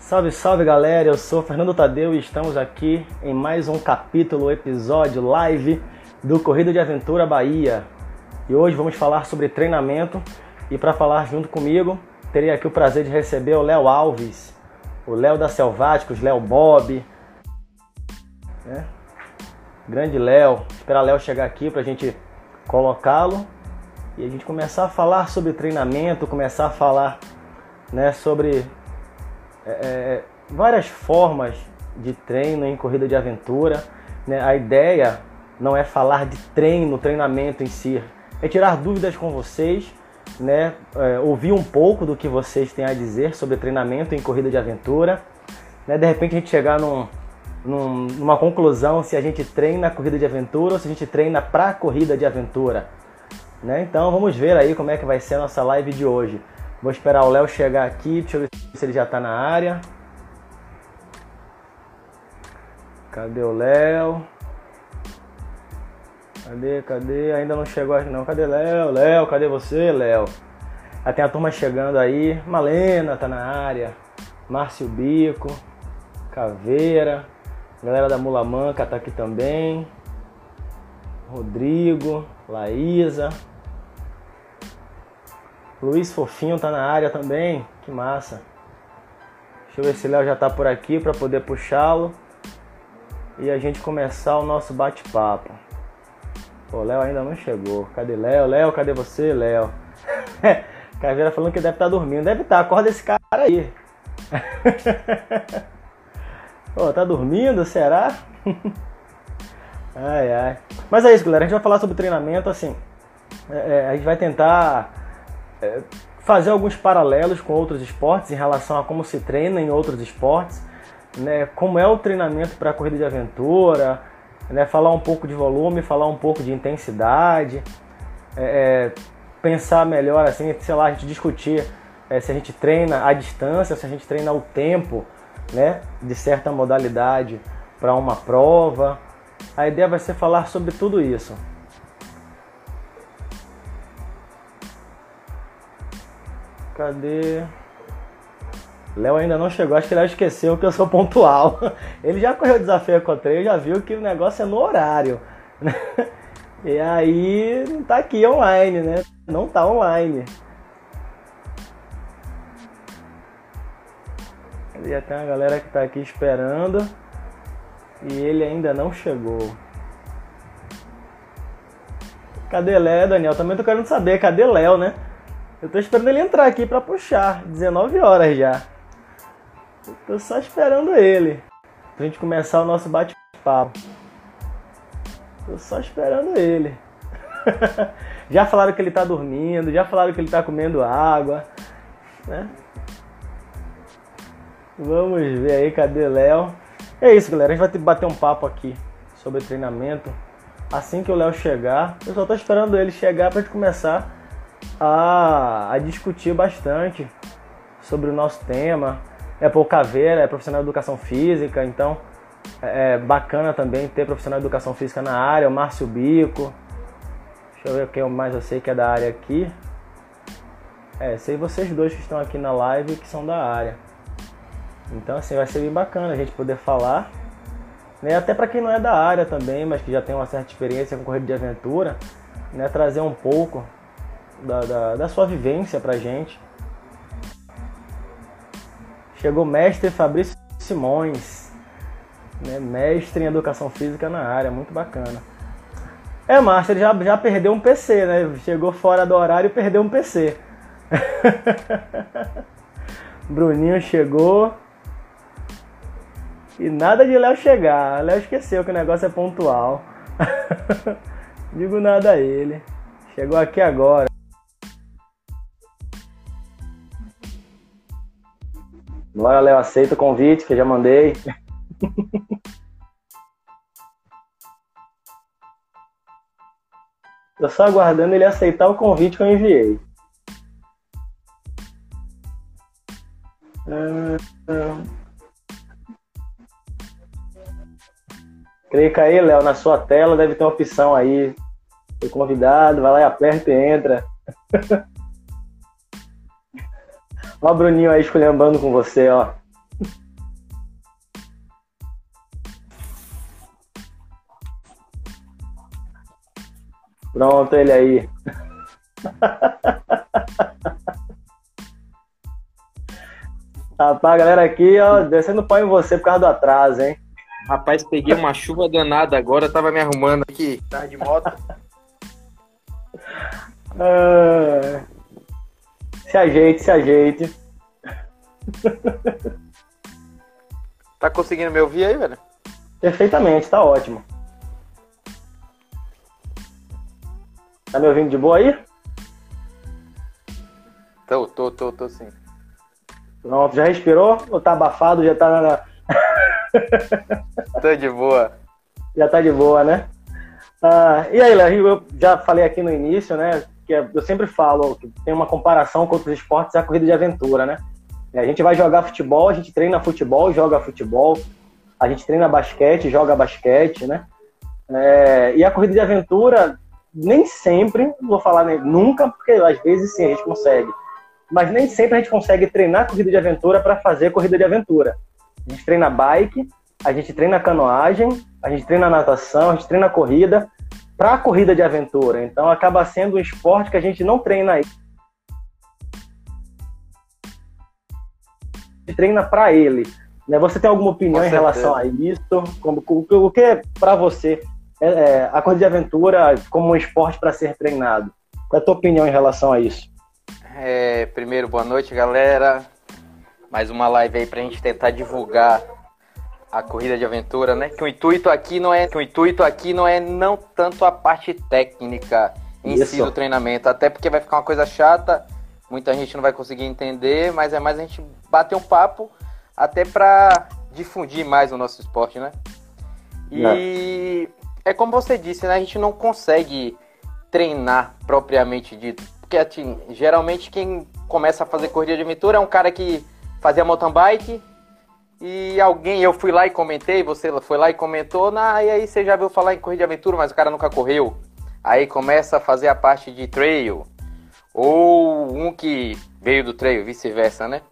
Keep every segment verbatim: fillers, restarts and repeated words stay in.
Salve, salve galera, eu sou Fernando Tadeu e estamos aqui em mais um capítulo, episódio, live do Corrida de Aventura Bahia. E hoje vamos falar sobre treinamento e para falar junto comigo, terei aqui o prazer de receber o Léo Alves, o Léo da Selváticos, Léo Bob, né? Grande Léo, esperar Léo chegar aqui para a gente colocá-lo e a gente começar a falar sobre treinamento, começar a falar, né, sobre É, várias formas de treino em corrida de aventura, né? A ideia não é falar de treino, treinamento em si, é tirar dúvidas com vocês, né? É, ouvir um pouco do que vocês têm a dizer sobre treinamento em corrida de aventura, né? De repente a gente chegar num, num, numa conclusão se a gente treina corrida de aventura ou se a gente treina para corrida de aventura, né? Então vamos ver aí como é que vai ser a nossa live de hoje. Vou esperar o Léo chegar aqui, deixa eu ver se ele já está na área. Cadê o Léo? Cadê, cadê? Ainda não chegou aqui não. Cadê Léo? Léo, cadê você, Léo? Já tem a turma chegando aí. Malena tá na área. Márcio Bico. Caveira. Galera da Mula Manca tá aqui também. Rodrigo. Laísa. Luiz Fofinho tá na área também, que massa. Deixa eu ver se o Léo já tá por aqui para poder puxá-lo e a gente começar o nosso bate-papo. Pô, o Léo ainda não chegou. Cadê Léo? Léo, cadê você, Léo? Caveira falando que deve estar dormindo. Deve estar, acorda esse cara aí. Pô, tá dormindo, será? Ai, ai. Mas é isso, galera, a gente vai falar sobre treinamento, assim, é, é, a gente vai tentar fazer alguns paralelos com outros esportes em relação a como se treina em outros esportes, né? Como é o treinamento para a corrida de aventura, né? Falar um pouco de volume, falar um pouco de intensidade, é, pensar melhor, assim, sei lá, a gente discutir é, se a gente treina a distância, se a gente treina o tempo, né, de certa modalidade para uma prova. A ideia vai ser falar sobre tudo isso. Cadê? Léo ainda não chegou, acho que ele esqueceu que eu sou pontual. Ele já correu o desafio Ecotrail, já viu que o negócio é no horário, né? E aí não tá aqui online, né? Não tá online. Já tem uma galera que tá aqui esperando e ele ainda não chegou. Cadê Léo, Daniel? Também tô querendo saber, cadê Léo, né? Eu tô esperando ele entrar aqui pra puxar, dezenove horas já. Eu tô só esperando ele pra gente começar o nosso bate-papo. Tô só esperando ele. Já falaram que ele tá dormindo, já falaram que ele tá comendo água, né? Vamos ver aí, cadê Léo? É isso, galera, a gente vai ter que bater um papo aqui sobre treinamento. Assim que o Léo chegar, eu só tô esperando ele chegar pra gente começar A, a discutir bastante sobre o nosso tema. É por Caveira, é profissional de educação física, então é bacana também ter profissional de educação física na área. O Márcio Bico, deixa eu ver quem mais eu sei que é da área aqui. É, sei vocês dois que estão aqui na live que são da área. Então assim, vai ser bem bacana a gente poder falar, né? Até para quem não é da área também, mas que já tem uma certa experiência com corrida de aventura, né? Trazer um pouco Da, da, da sua vivência pra gente. Chegou o mestre Fabrício Simões, né? Mestre em educação física na área, muito bacana. É, Márcio, ele já, já perdeu um P C, né? Chegou fora do horário e perdeu um P C. Bruninho chegou e nada de Léo chegar. Léo esqueceu que o negócio é pontual. Digo nada a ele. Chegou aqui agora. Bora, Léo, aceita o convite que eu já mandei. Tô só aguardando ele aceitar o convite que eu enviei. Clica aí, Léo, na sua tela, deve ter uma opção aí. Ser convidado, vai lá e aperta e entra. Ó o Bruninho aí esculhambando com você, ó. Pronto, ele aí. Rapaz, a galera aqui, ó, descendo pau em você por causa do atraso, hein? Rapaz, peguei uma chuva danada agora, tava me arrumando aqui. Tava de moto. Ah, se ajeite, se ajeite. Tá conseguindo me ouvir aí, velho? Perfeitamente, tá ótimo. Tá me ouvindo de boa aí? Tô, tô, tô, tô sim. Pronto, já respirou? Ou tá abafado? Já tá na... Tô de boa. Já tá de boa, né? Ah, e aí, Léo, eu já falei aqui no início, né? Que eu sempre falo que tem uma comparação com outros esportes, é a corrida de aventura, né? A gente vai jogar futebol, a gente treina futebol, joga futebol, a gente treina basquete, joga basquete, né? É, e a corrida de aventura, nem sempre, não vou falar nem, nunca, porque às vezes sim a gente consegue, mas nem sempre a gente consegue treinar corrida de aventura para fazer corrida de aventura. A gente treina bike, a gente treina canoagem, a gente treina natação, a gente treina corrida para a corrida de aventura. Então acaba sendo um esporte que a gente não treina aí. A gente treina para ele. Né? Você tem alguma opinião Com em relação a isso? Como, o que é para você é, é, a corrida de aventura como um esporte para ser treinado? Qual é a tua opinião em relação a isso? É, primeiro, boa noite, galera. Mais uma live aí pra gente tentar divulgar a corrida de aventura, né? Que o intuito aqui não é, que o intuito aqui não é não tanto a parte técnica em Isso. si do treinamento, até porque vai ficar uma coisa chata, muita gente não vai conseguir entender, mas é mais a gente bater um papo até pra difundir mais o nosso esporte, né? E é, é como você disse, né? A gente não consegue treinar propriamente dito, porque assim, geralmente quem começa a fazer corrida de aventura é um cara que fazia mountain bike e alguém, eu fui lá e comentei, você foi lá e comentou, na, e aí você já viu falar em corrida de aventura, mas o cara nunca correu. Aí começa a fazer a parte de trail, ou um que veio do trail, vice-versa, né?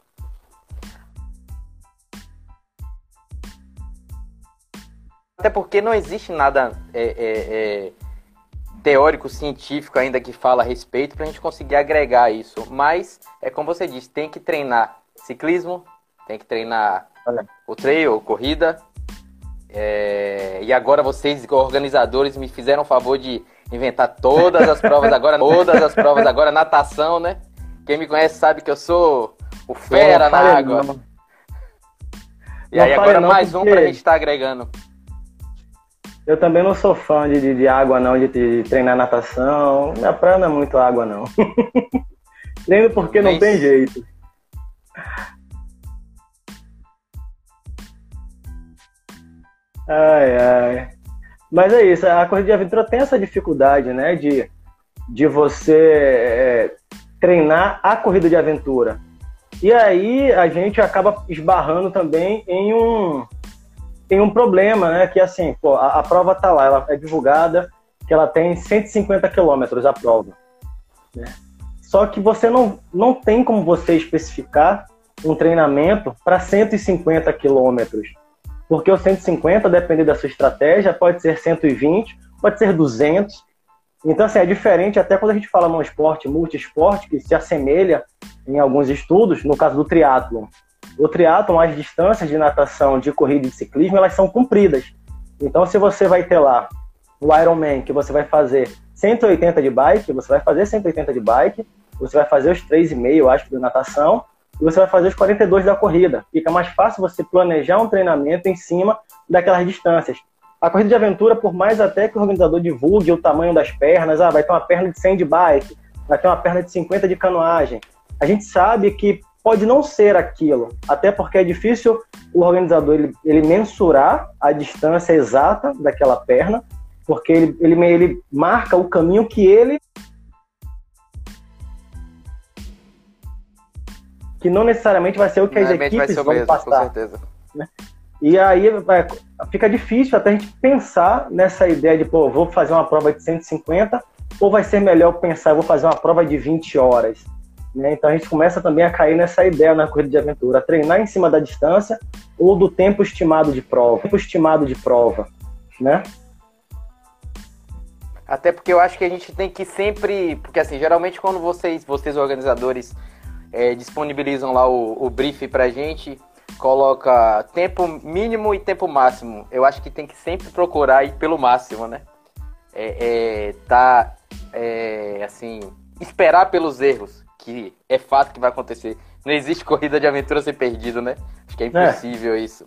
Até porque não existe nada é, é, é, teórico, científico ainda que fala a respeito pra gente conseguir agregar isso. Mas, é como você disse, tem que treinar ciclismo, tem que treinar o trail, corrida. É... E agora vocês, organizadores, me fizeram o favor de inventar todas as provas agora, todas as provas agora, natação, né? Quem me conhece sabe que eu sou o fera na água. Não. E não aí agora não, mais um pra gente estar tá agregando. Eu também não sou fã de, de, de água não, de, de treinar natação. Minha praia não é muito água não. Treino porque não tem jeito. Ai, ai. Mas é isso, a corrida de aventura tem essa dificuldade, né? De, de você é, treinar a corrida de aventura. E aí a gente acaba esbarrando também em um, em um problema, né? Que assim, pô, a, a prova tá lá, ela é divulgada, que ela tem cento e cinquenta quilômetros a prova. Né? Só que você não, não tem como você especificar um treinamento para cento e cinquenta quilômetros. Porque o cento e cinquenta, dependendo da sua estratégia, pode ser cento e vinte, pode ser duzentos. Então, assim, é diferente até quando a gente fala num esporte multiesporte, que se assemelha em alguns estudos, no caso do triatlon. O triatlon, as distâncias de natação, de corrida e de ciclismo, elas são compridas. Então, se você vai ter lá o Ironman, que você vai fazer cento e oitenta de bike, você vai fazer cento e oitenta de bike, você vai fazer os três e meio, eu acho, de natação, e você vai fazer os quarenta e dois da corrida. Fica mais fácil você planejar um treinamento em cima daquelas distâncias. A corrida de aventura, por mais até que o organizador divulgue o tamanho das pernas, ah, vai ter uma perna de cem de bike, vai ter uma perna de cinquenta de canoagem, a gente sabe que pode não ser aquilo, até porque é difícil o organizador ele, ele mensurar a distância exata daquela perna, porque ele, ele, ele marca o caminho que ele que não necessariamente vai ser o que as equipes vão mesmo, passar. Com certeza. Né? E aí vai, fica difícil até a gente pensar nessa ideia de, pô, vou fazer uma prova de cento e cinquenta, ou vai ser melhor pensar, vou fazer uma prova de vinte horas. Né? Então a gente começa também a cair nessa ideia na corrida de aventura, treinar em cima da distância ou do tempo estimado de prova. Tempo estimado de prova, né? Até porque eu acho que a gente tem que sempre... Porque assim, geralmente quando vocês, vocês organizadores, é, disponibilizam lá o, o brief pra gente, coloca tempo mínimo e tempo máximo. Eu acho que tem que sempre procurar ir pelo máximo, né? É, é, tá, é, assim, esperar pelos erros, que é fato que vai acontecer. Não existe corrida de aventura ser perdido, né? Acho que é impossível é. isso.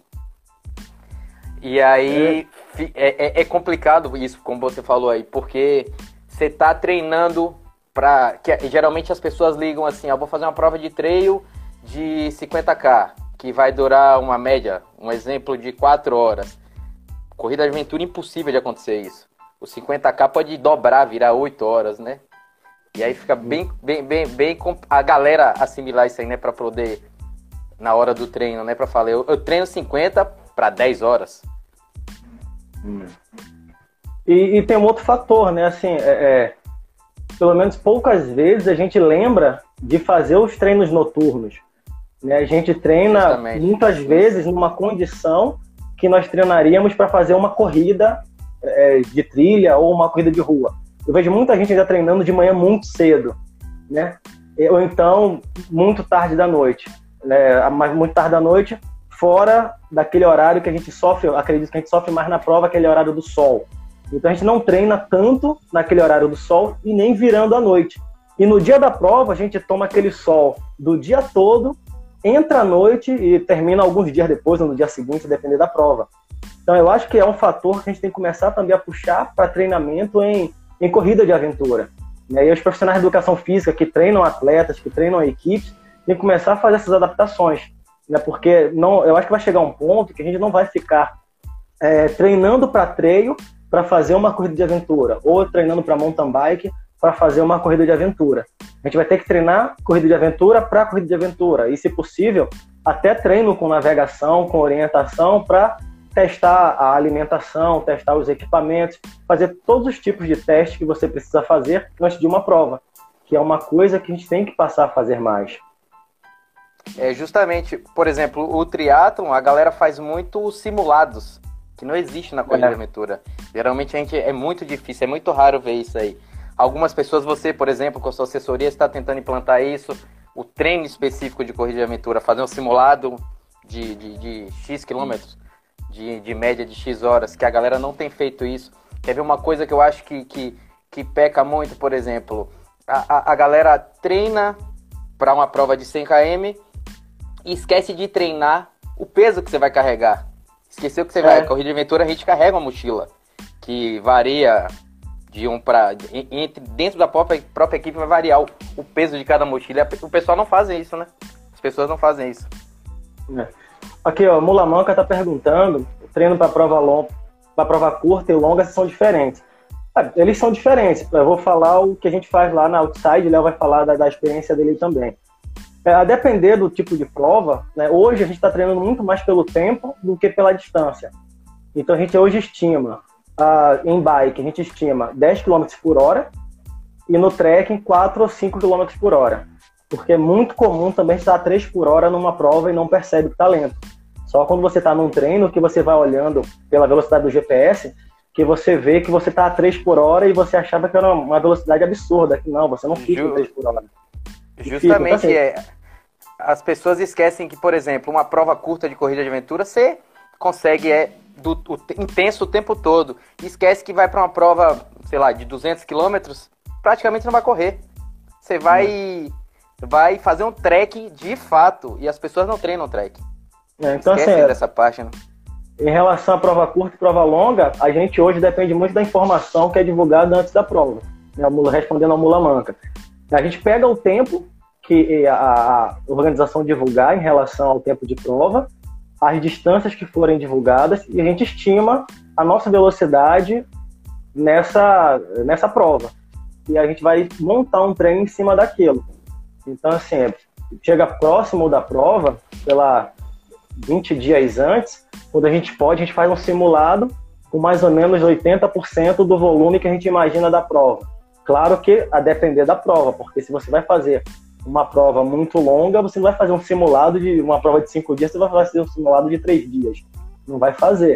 E aí é. É, é complicado isso, como você falou aí, porque você tá treinando pra... Que, geralmente as pessoas ligam assim, eu vou fazer uma prova de trail de cinquenta K, que vai durar uma média, um exemplo de quatro horas. Corrida de aventura, impossível de acontecer isso. O cinquenta K pode dobrar, virar oito horas, né? E aí fica bem, bem, bem, bem a galera assimilar isso aí, né? Pra poder, na hora do treino, né? Pra falar, eu, eu treino cinquenta para dez horas. Hum. E, e tem um outro fator, né? Assim, é, é, pelo menos poucas vezes a gente lembra de fazer os treinos noturnos. Né? A gente treina Justamente. muitas vezes numa condição que nós treinaríamos para fazer uma corrida é, de trilha ou uma corrida de rua. Eu vejo muita gente ainda treinando de manhã muito cedo, né? Ou então muito tarde da noite, né? Mas muito tarde da noite, fora daquele horário que a gente sofre, acredito que a gente sofre mais na prova, aquele horário do sol. Então a gente não treina tanto naquele horário do sol e nem virando à noite. E no dia da prova a gente toma aquele sol do dia todo, entra à noite e termina alguns dias depois ou no dia seguinte, dependendo da prova. Então eu acho que é um fator que a gente tem que começar também a puxar para treinamento em em corrida de aventura. E aí os profissionais de educação física que treinam atletas, que treinam equipes, têm que começar a fazer essas adaptações. Né? Porque não, eu acho que vai chegar um ponto que a gente não vai ficar é, treinando para trail para fazer uma corrida de aventura, ou treinando para mountain bike para fazer uma corrida de aventura. A gente vai ter que treinar corrida de aventura para corrida de aventura. E, se possível, até treino com navegação, com orientação, para testar a alimentação, testar os equipamentos, fazer todos os tipos de testes que você precisa fazer antes de uma prova, que é uma coisa que a gente tem que passar a fazer mais. É justamente, por exemplo, o triatlon, a galera faz muito simulados, que não existe na corrida é. de aventura. Geralmente a gente, é muito difícil, é muito raro ver isso aí. Algumas pessoas, você, por exemplo, com a sua assessoria, está tentando implantar isso, o treino específico de corrida de aventura, fazer um simulado de, de, de X quilômetros, De, de média de X horas, que a galera não tem feito isso. Quer ver uma coisa que eu acho que, que, que peca muito, por exemplo, a, a, a galera treina para uma prova de cem quilômetros e esquece de treinar o peso que você vai carregar. Esqueceu que você é. vai, corrida de aventura a gente carrega uma mochila, que varia de um para... Dentro da própria, própria equipe vai variar o, o peso de cada mochila. O pessoal não faz isso, né? As pessoas não fazem isso. É. Aqui, ó, Mula Manca tá perguntando, o treino para prova longa, para prova curta e longa são diferentes. Ah, eles são diferentes. Eu vou falar o que a gente faz lá na Outside, o Léo vai falar da, da experiência dele também. É, a depender do tipo de prova, né, hoje a gente está treinando muito mais pelo tempo do que pela distância. Então a gente hoje estima, ah, em bike, a gente estima dez quilômetros por hora e no trekking quatro ou cinco quilômetros por hora. Porque é muito comum também estar a três por hora numa prova e não percebe que está lento. Só quando você está num treino que você vai olhando pela velocidade do G P S, que você vê que você está a três por hora e você achava que era uma velocidade absurda. Não, você não fica a três por hora. Justamente, fica, é, as pessoas esquecem que, por exemplo, uma prova curta de corrida de aventura, você consegue, é do, o, intenso o tempo todo. Esquece que vai para uma prova, sei lá, de duzentos quilômetros, praticamente não vai correr. Você vai... Hum. vai fazer um trek de fato, e as pessoas não treinam trek. É, então, assim, dessa parte, né? Em relação à prova curta e prova longa, a gente hoje depende muito da informação que é divulgada antes da prova, né? Respondendo ao Mula Manca. A gente pega o tempo que a, a organização divulgar em relação ao tempo de prova, as distâncias que forem divulgadas, e a gente estima a nossa velocidade nessa, nessa prova. E a gente vai montar um treino em cima daquilo. Então, assim, chega próximo da prova, sei lá, vinte dias antes, quando a gente pode, a gente faz um simulado com mais ou menos oitenta por cento do volume que a gente imagina da prova. Claro que a depender da prova, porque se você vai fazer uma prova muito longa, você não vai fazer um simulado de uma prova de cinco dias, você vai fazer um simulado de três dias. Não vai fazer.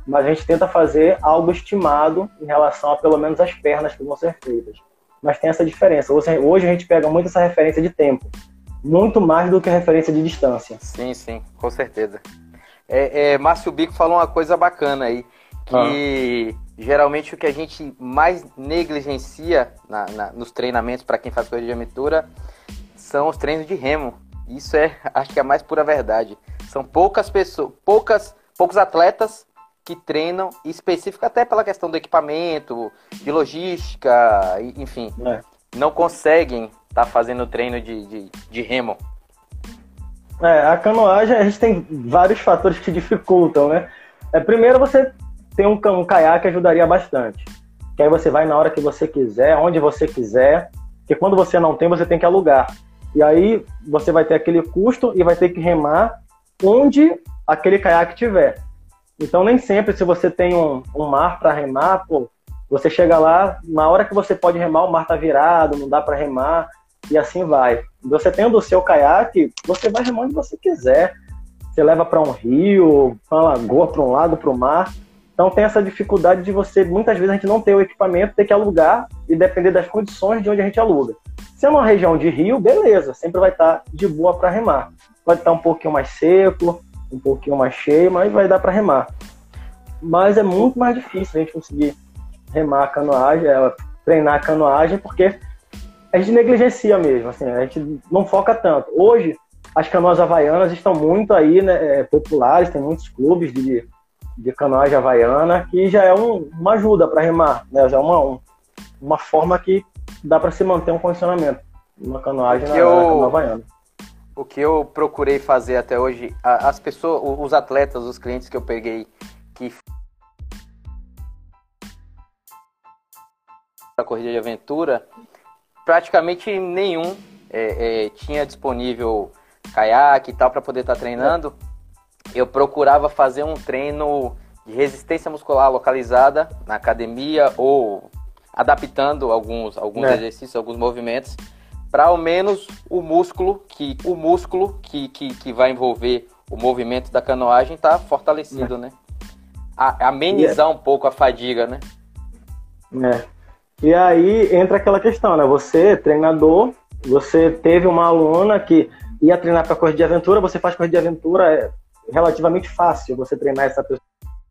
mas a gente tenta fazer algo estimado em relação a pelo menos as pernas que vão ser feitas. Mas tem essa diferença. Hoje, hoje a gente pega muito essa referência de tempo, muito mais do que a referência de distância. Sim, sim, com certeza. É, é, Márcio Bico falou uma coisa bacana aí, que ah. geralmente o que a gente mais negligencia na, na, nos treinamentos para quem faz corrida de aventura são os treinos de remo. Isso é, acho que é a mais pura verdade. São poucas pessoas, poucas, poucos atletas que treinam, específico até pela questão do equipamento, de logística, enfim, é. não conseguem estar tá fazendo treino de, de, de remo. É, a canoagem, a gente tem vários fatores que dificultam, né? É, primeiro, você tem um, um caiaque que ajudaria bastante. Que aí você vai na hora que você quiser, onde você quiser, porque quando você não tem, você tem que alugar. E aí você vai ter aquele custo e vai ter que remar onde aquele caiaque tiver. Então, nem sempre, se você tem um, um mar para remar, pô, você chega lá, na hora que você pode remar, o mar tá virado, não dá para remar, e assim vai. Você tendo o seu caiaque, você vai remar onde você quiser. Você leva para um rio, para uma lagoa, para um lago, para o mar. Então, tem essa dificuldade de você, muitas vezes, a gente não ter o equipamento, ter que alugar e depender das condições de onde a gente aluga. Se é uma região de rio, beleza, sempre vai estar de boa para remar. Pode estar um pouquinho mais seco, um pouquinho mais cheio, mas vai dar para remar. Mas é muito mais difícil a gente conseguir remar a canoagem, treinar a canoagem, porque a gente negligencia mesmo, assim, a gente não foca tanto. Hoje, as canoas havaianas estão muito aí, né, populares, tem muitos clubes de, de canoagem havaiana, que já é um, uma ajuda para remar, né, já é uma, um, uma forma que dá para se manter um condicionamento, uma canoagem na, eu... na canoa havaiana. O que eu procurei fazer até hoje, as pessoas, os atletas, os clientes que eu peguei que a corrida de aventura, praticamente nenhum é, é, tinha disponível caiaque e tal para poder estar tá treinando. Eu procurava fazer um treino de resistência muscular localizada na academia ou adaptando alguns, alguns é. exercícios, alguns movimentos, para ao menos o músculo que o músculo que, que, que vai envolver o movimento da canoagem tá fortalecido, é. né? A, amenizar é. um pouco a fadiga, né? É. E aí entra aquela questão, né? Você, treinador, você teve uma aluna que ia treinar para corrida de aventura, você faz corrida de aventura, é relativamente fácil você treinar essa pessoa.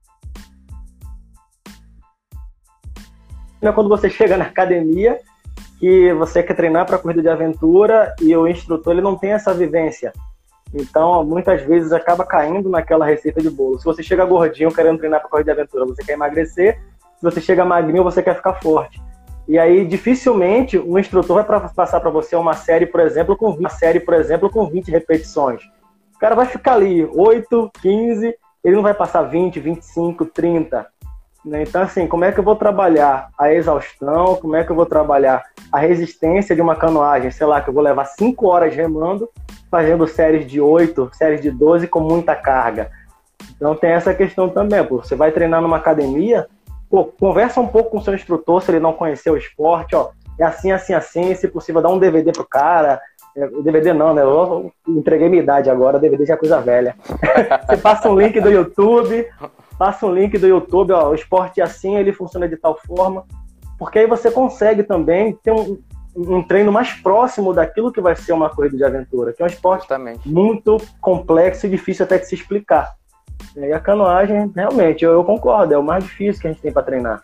Quando você chega na academia, que você quer treinar para corrida de aventura e o instrutor ele não tem essa vivência. Então, muitas vezes acaba caindo naquela receita de bolo. Se você chega gordinho querendo treinar para corrida de aventura, você quer emagrecer. Se você chega magrinho, você quer ficar forte. E aí, dificilmente, o instrutor vai pra, passar para você uma série, por exemplo, com uma série, por exemplo, com vinte repetições. O cara vai ficar ali, oito, quinze, ele não vai passar vinte, vinte e cinco, trinta. Então, assim, como é que eu vou trabalhar a exaustão, como é que eu vou trabalhar a resistência de uma canoagem, sei lá, que eu vou levar cinco horas remando, fazendo séries de oito, séries de doze com muita carga. Então tem essa questão também, pô. Você vai treinar numa academia, pô, conversa um pouco com o seu instrutor, se ele não conhecer o esporte, ó, é assim, assim, assim, se possível dá um D V D pro cara, é, D V D não, né, eu entreguei minha idade agora, D V D já é coisa velha. Você passa um link do YouTube... Passa um link do YouTube, ó, o esporte é assim, ele funciona de tal forma, porque aí você consegue também ter um, um treino mais próximo daquilo que vai ser uma corrida de aventura, que é um esporte Justamente. muito complexo e difícil até de se explicar. E a canoagem, realmente, eu, eu concordo, é o mais difícil que a gente tem para treinar.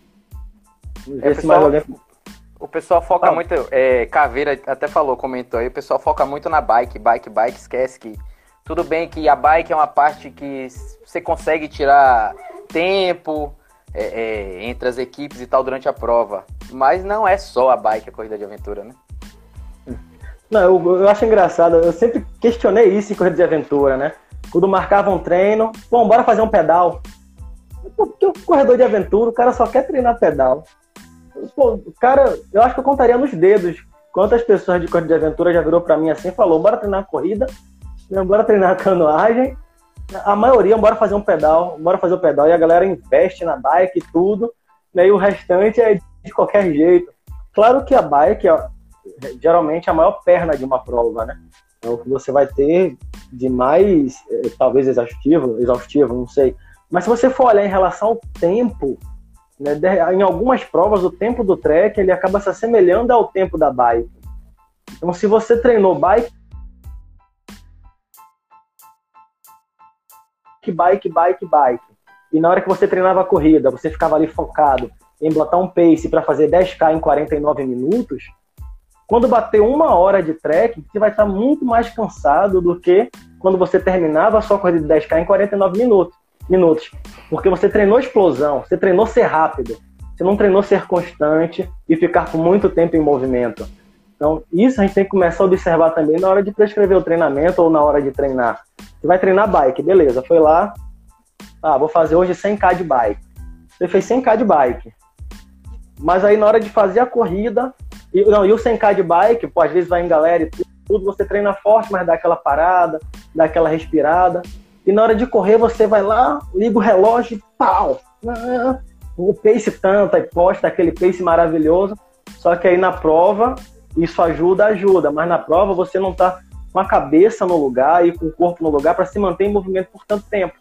É, pessoal, mais alguém... O pessoal foca ah. muito, é, Caveira até falou, comentou aí, o pessoal foca muito na bike, bike, bike, esquece que tudo bem que a bike é uma parte que você consegue tirar tempo é, é, entre as equipes e tal durante a prova, mas não é só a bike a corrida de aventura, né? Não, eu, eu acho engraçado, eu sempre questionei isso em corrida de aventura, né? Quando marcava um treino, bom, bora fazer um pedal. Porque o corredor de aventura, o cara só quer treinar pedal. Pô, o cara, eu acho que eu contaria nos dedos quantas pessoas de corrida de aventura já virou pra mim assim e falou, bora treinar corrida, bora treinar canoagem, a maioria bora fazer um pedal, bora fazer o pedal, e a galera investe na bike e tudo, né, e o restante é de qualquer jeito. Claro que a bike é geralmente a maior perna de uma prova, né? É o que você vai ter de mais, talvez exaustivo, exaustivo, não sei, Mas se você for olhar em relação ao tempo, né, em algumas provas, o tempo do track ele acaba se assemelhando ao tempo da bike. Então, se você treinou bike, bike, bike, bike, e na hora que você treinava a corrida, você ficava ali focado em botar um pace para fazer dez K em quarenta e nove minutos, quando bater uma hora de track, você vai estar muito mais cansado do que quando você terminava a sua corrida de dez K em quarenta e nove minutos. minutos. Porque você treinou explosão, você treinou ser rápido, você não treinou ser constante e ficar por muito tempo em movimento. Então, isso a gente tem que começar a observar também na hora de prescrever o treinamento ou na hora de treinar. Você vai treinar bike, beleza, foi lá, ah, vou fazer hoje cem K de bike. Você fez cem K de bike. Mas aí na hora de fazer a corrida, e, não, e o cem K de bike, pô, às vezes vai em galera e tudo, você treina forte, mas dá aquela parada, dá aquela respirada. E na hora de correr, você vai lá, liga o relógio e pau! O pace tanto, aí posta aquele pace maravilhoso. Só que aí na prova, isso ajuda, ajuda. Mas na prova você não tá com a cabeça no lugar e com o corpo no lugar para se manter em movimento por tanto tempo.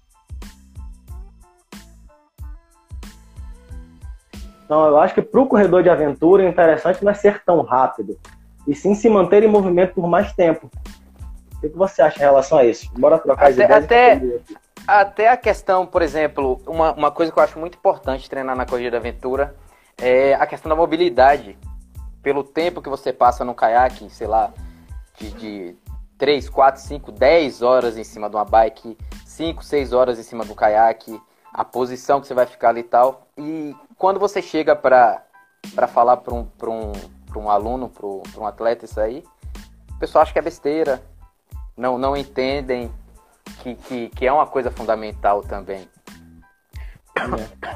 Então eu acho que para o corredor de aventura o interessante não é ser tão rápido, e sim se manter em movimento por mais tempo. O que você acha em relação a isso? Bora trocar as ideias. Até, até a questão, por exemplo, uma, uma coisa que eu acho muito importante treinar na corrida de aventura é a questão da mobilidade. Pelo tempo que você passa no caiaque, sei lá, de, de três, quatro, cinco, dez horas em cima de uma bike, cinco, seis horas em cima do caiaque, a posição que você vai ficar ali e tal. E quando você chega para falar para um, um, um aluno, para um atleta isso aí, o pessoal acha que é besteira. Não, não entendem que, que, que é uma coisa fundamental também. É.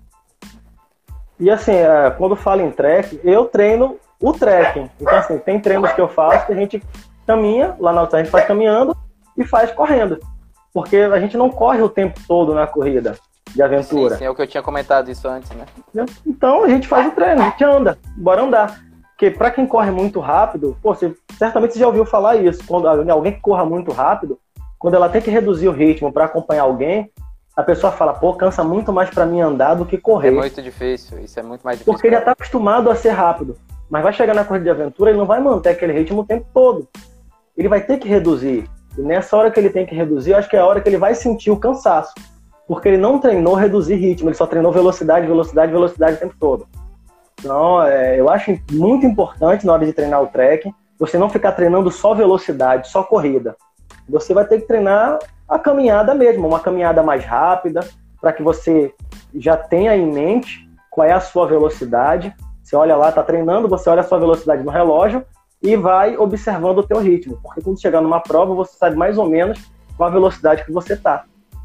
E assim, quando falo em track, eu treino o trekking. Então assim, tem treinos que eu faço que a gente caminha, lá na outra a gente faz caminhando e faz correndo. Porque a gente não corre o tempo todo na corrida de aventura. Sim, sim, é o que eu tinha comentado isso antes, né? Então a gente faz o treino, a gente anda, bora andar. Porque pra quem corre muito rápido, pô, você, certamente você já ouviu falar isso, quando alguém que corra muito rápido, quando ela tem que reduzir o ritmo para acompanhar alguém, a pessoa fala, pô, cansa muito mais para mim andar do que correr. É muito difícil, isso é muito mais difícil. Porque ele já tá acostumado a ser rápido, mas vai chegar na corrida de aventura, ele não vai manter aquele ritmo o tempo todo. Ele vai ter que reduzir. E nessa hora que ele tem que reduzir, eu acho que é a hora que ele vai sentir o cansaço. Porque ele não treinou reduzir ritmo, ele só treinou velocidade, velocidade, velocidade o tempo todo. Então, é, eu acho muito importante na hora de treinar o trekking, você não ficar treinando só velocidade, só corrida. Você vai ter que treinar a caminhada mesmo, uma caminhada mais rápida, para que você já tenha em mente qual é a sua velocidade. Você olha lá, está treinando, você olha a sua velocidade no relógio e vai observando o teu ritmo. Porque quando chegar numa prova, você sabe mais ou menos qual a velocidade que você está.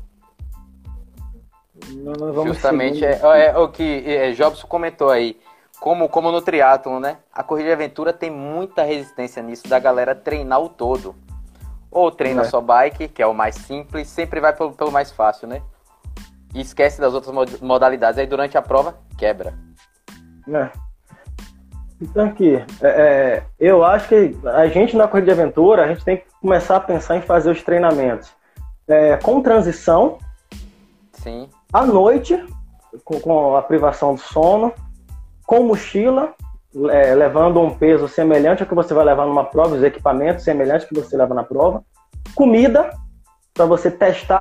Justamente, é, é o que é, Jobson comentou aí. Como, como no triatlon, né? A corrida de aventura tem muita resistência nisso da galera treinar o todo. Ou treina é. só bike, que é o mais simples, sempre vai pelo, pelo mais fácil, né? E esquece das outras modalidades. Aí durante a prova, quebra. É. Então aqui, é, é, eu acho que a gente na corrida de aventura, a gente tem que começar a pensar em fazer os treinamentos é, com transição. Sim. À noite, com, com a privação do sono, com mochila, é, levando um peso semelhante ao que você vai levar numa prova, os equipamentos semelhantes que você leva na prova, comida, para você testar.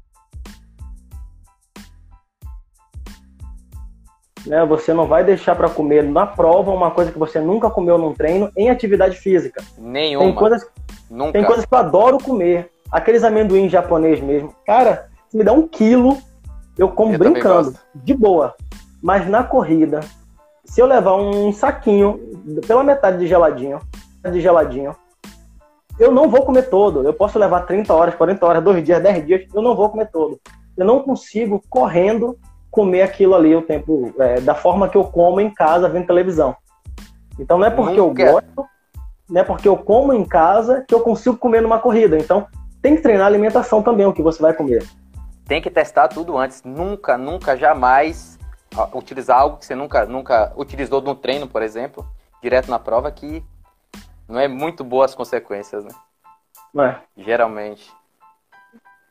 Né, você não vai deixar para comer na prova uma coisa que você nunca comeu num treino em atividade física. Nenhuma. Tem coisas, nunca. Tem coisas que eu adoro comer. Aqueles amendoim japonês mesmo. Cara, se me dá um quilo, eu como eu brincando, de boa. Mas na corrida, se eu levar um saquinho, pela metade de geladinho, de geladinho, eu não vou comer todo. Eu posso levar trinta horas, quarenta horas, dois dias, dez dias, eu não vou comer todo. Eu não consigo, correndo, comer aquilo ali o tempo, é, da forma que eu como em casa, vendo televisão. Então não é porque Nunca. eu gosto, não é porque eu como em casa que eu consigo comer numa corrida. Então tem que treinar a alimentação também, o que você vai comer. Tem que testar tudo antes. Nunca, nunca, jamais utilizar algo que você nunca, nunca utilizou num treino, por exemplo, direto na prova, que não é muito boas as consequências, né? Não é. Geralmente.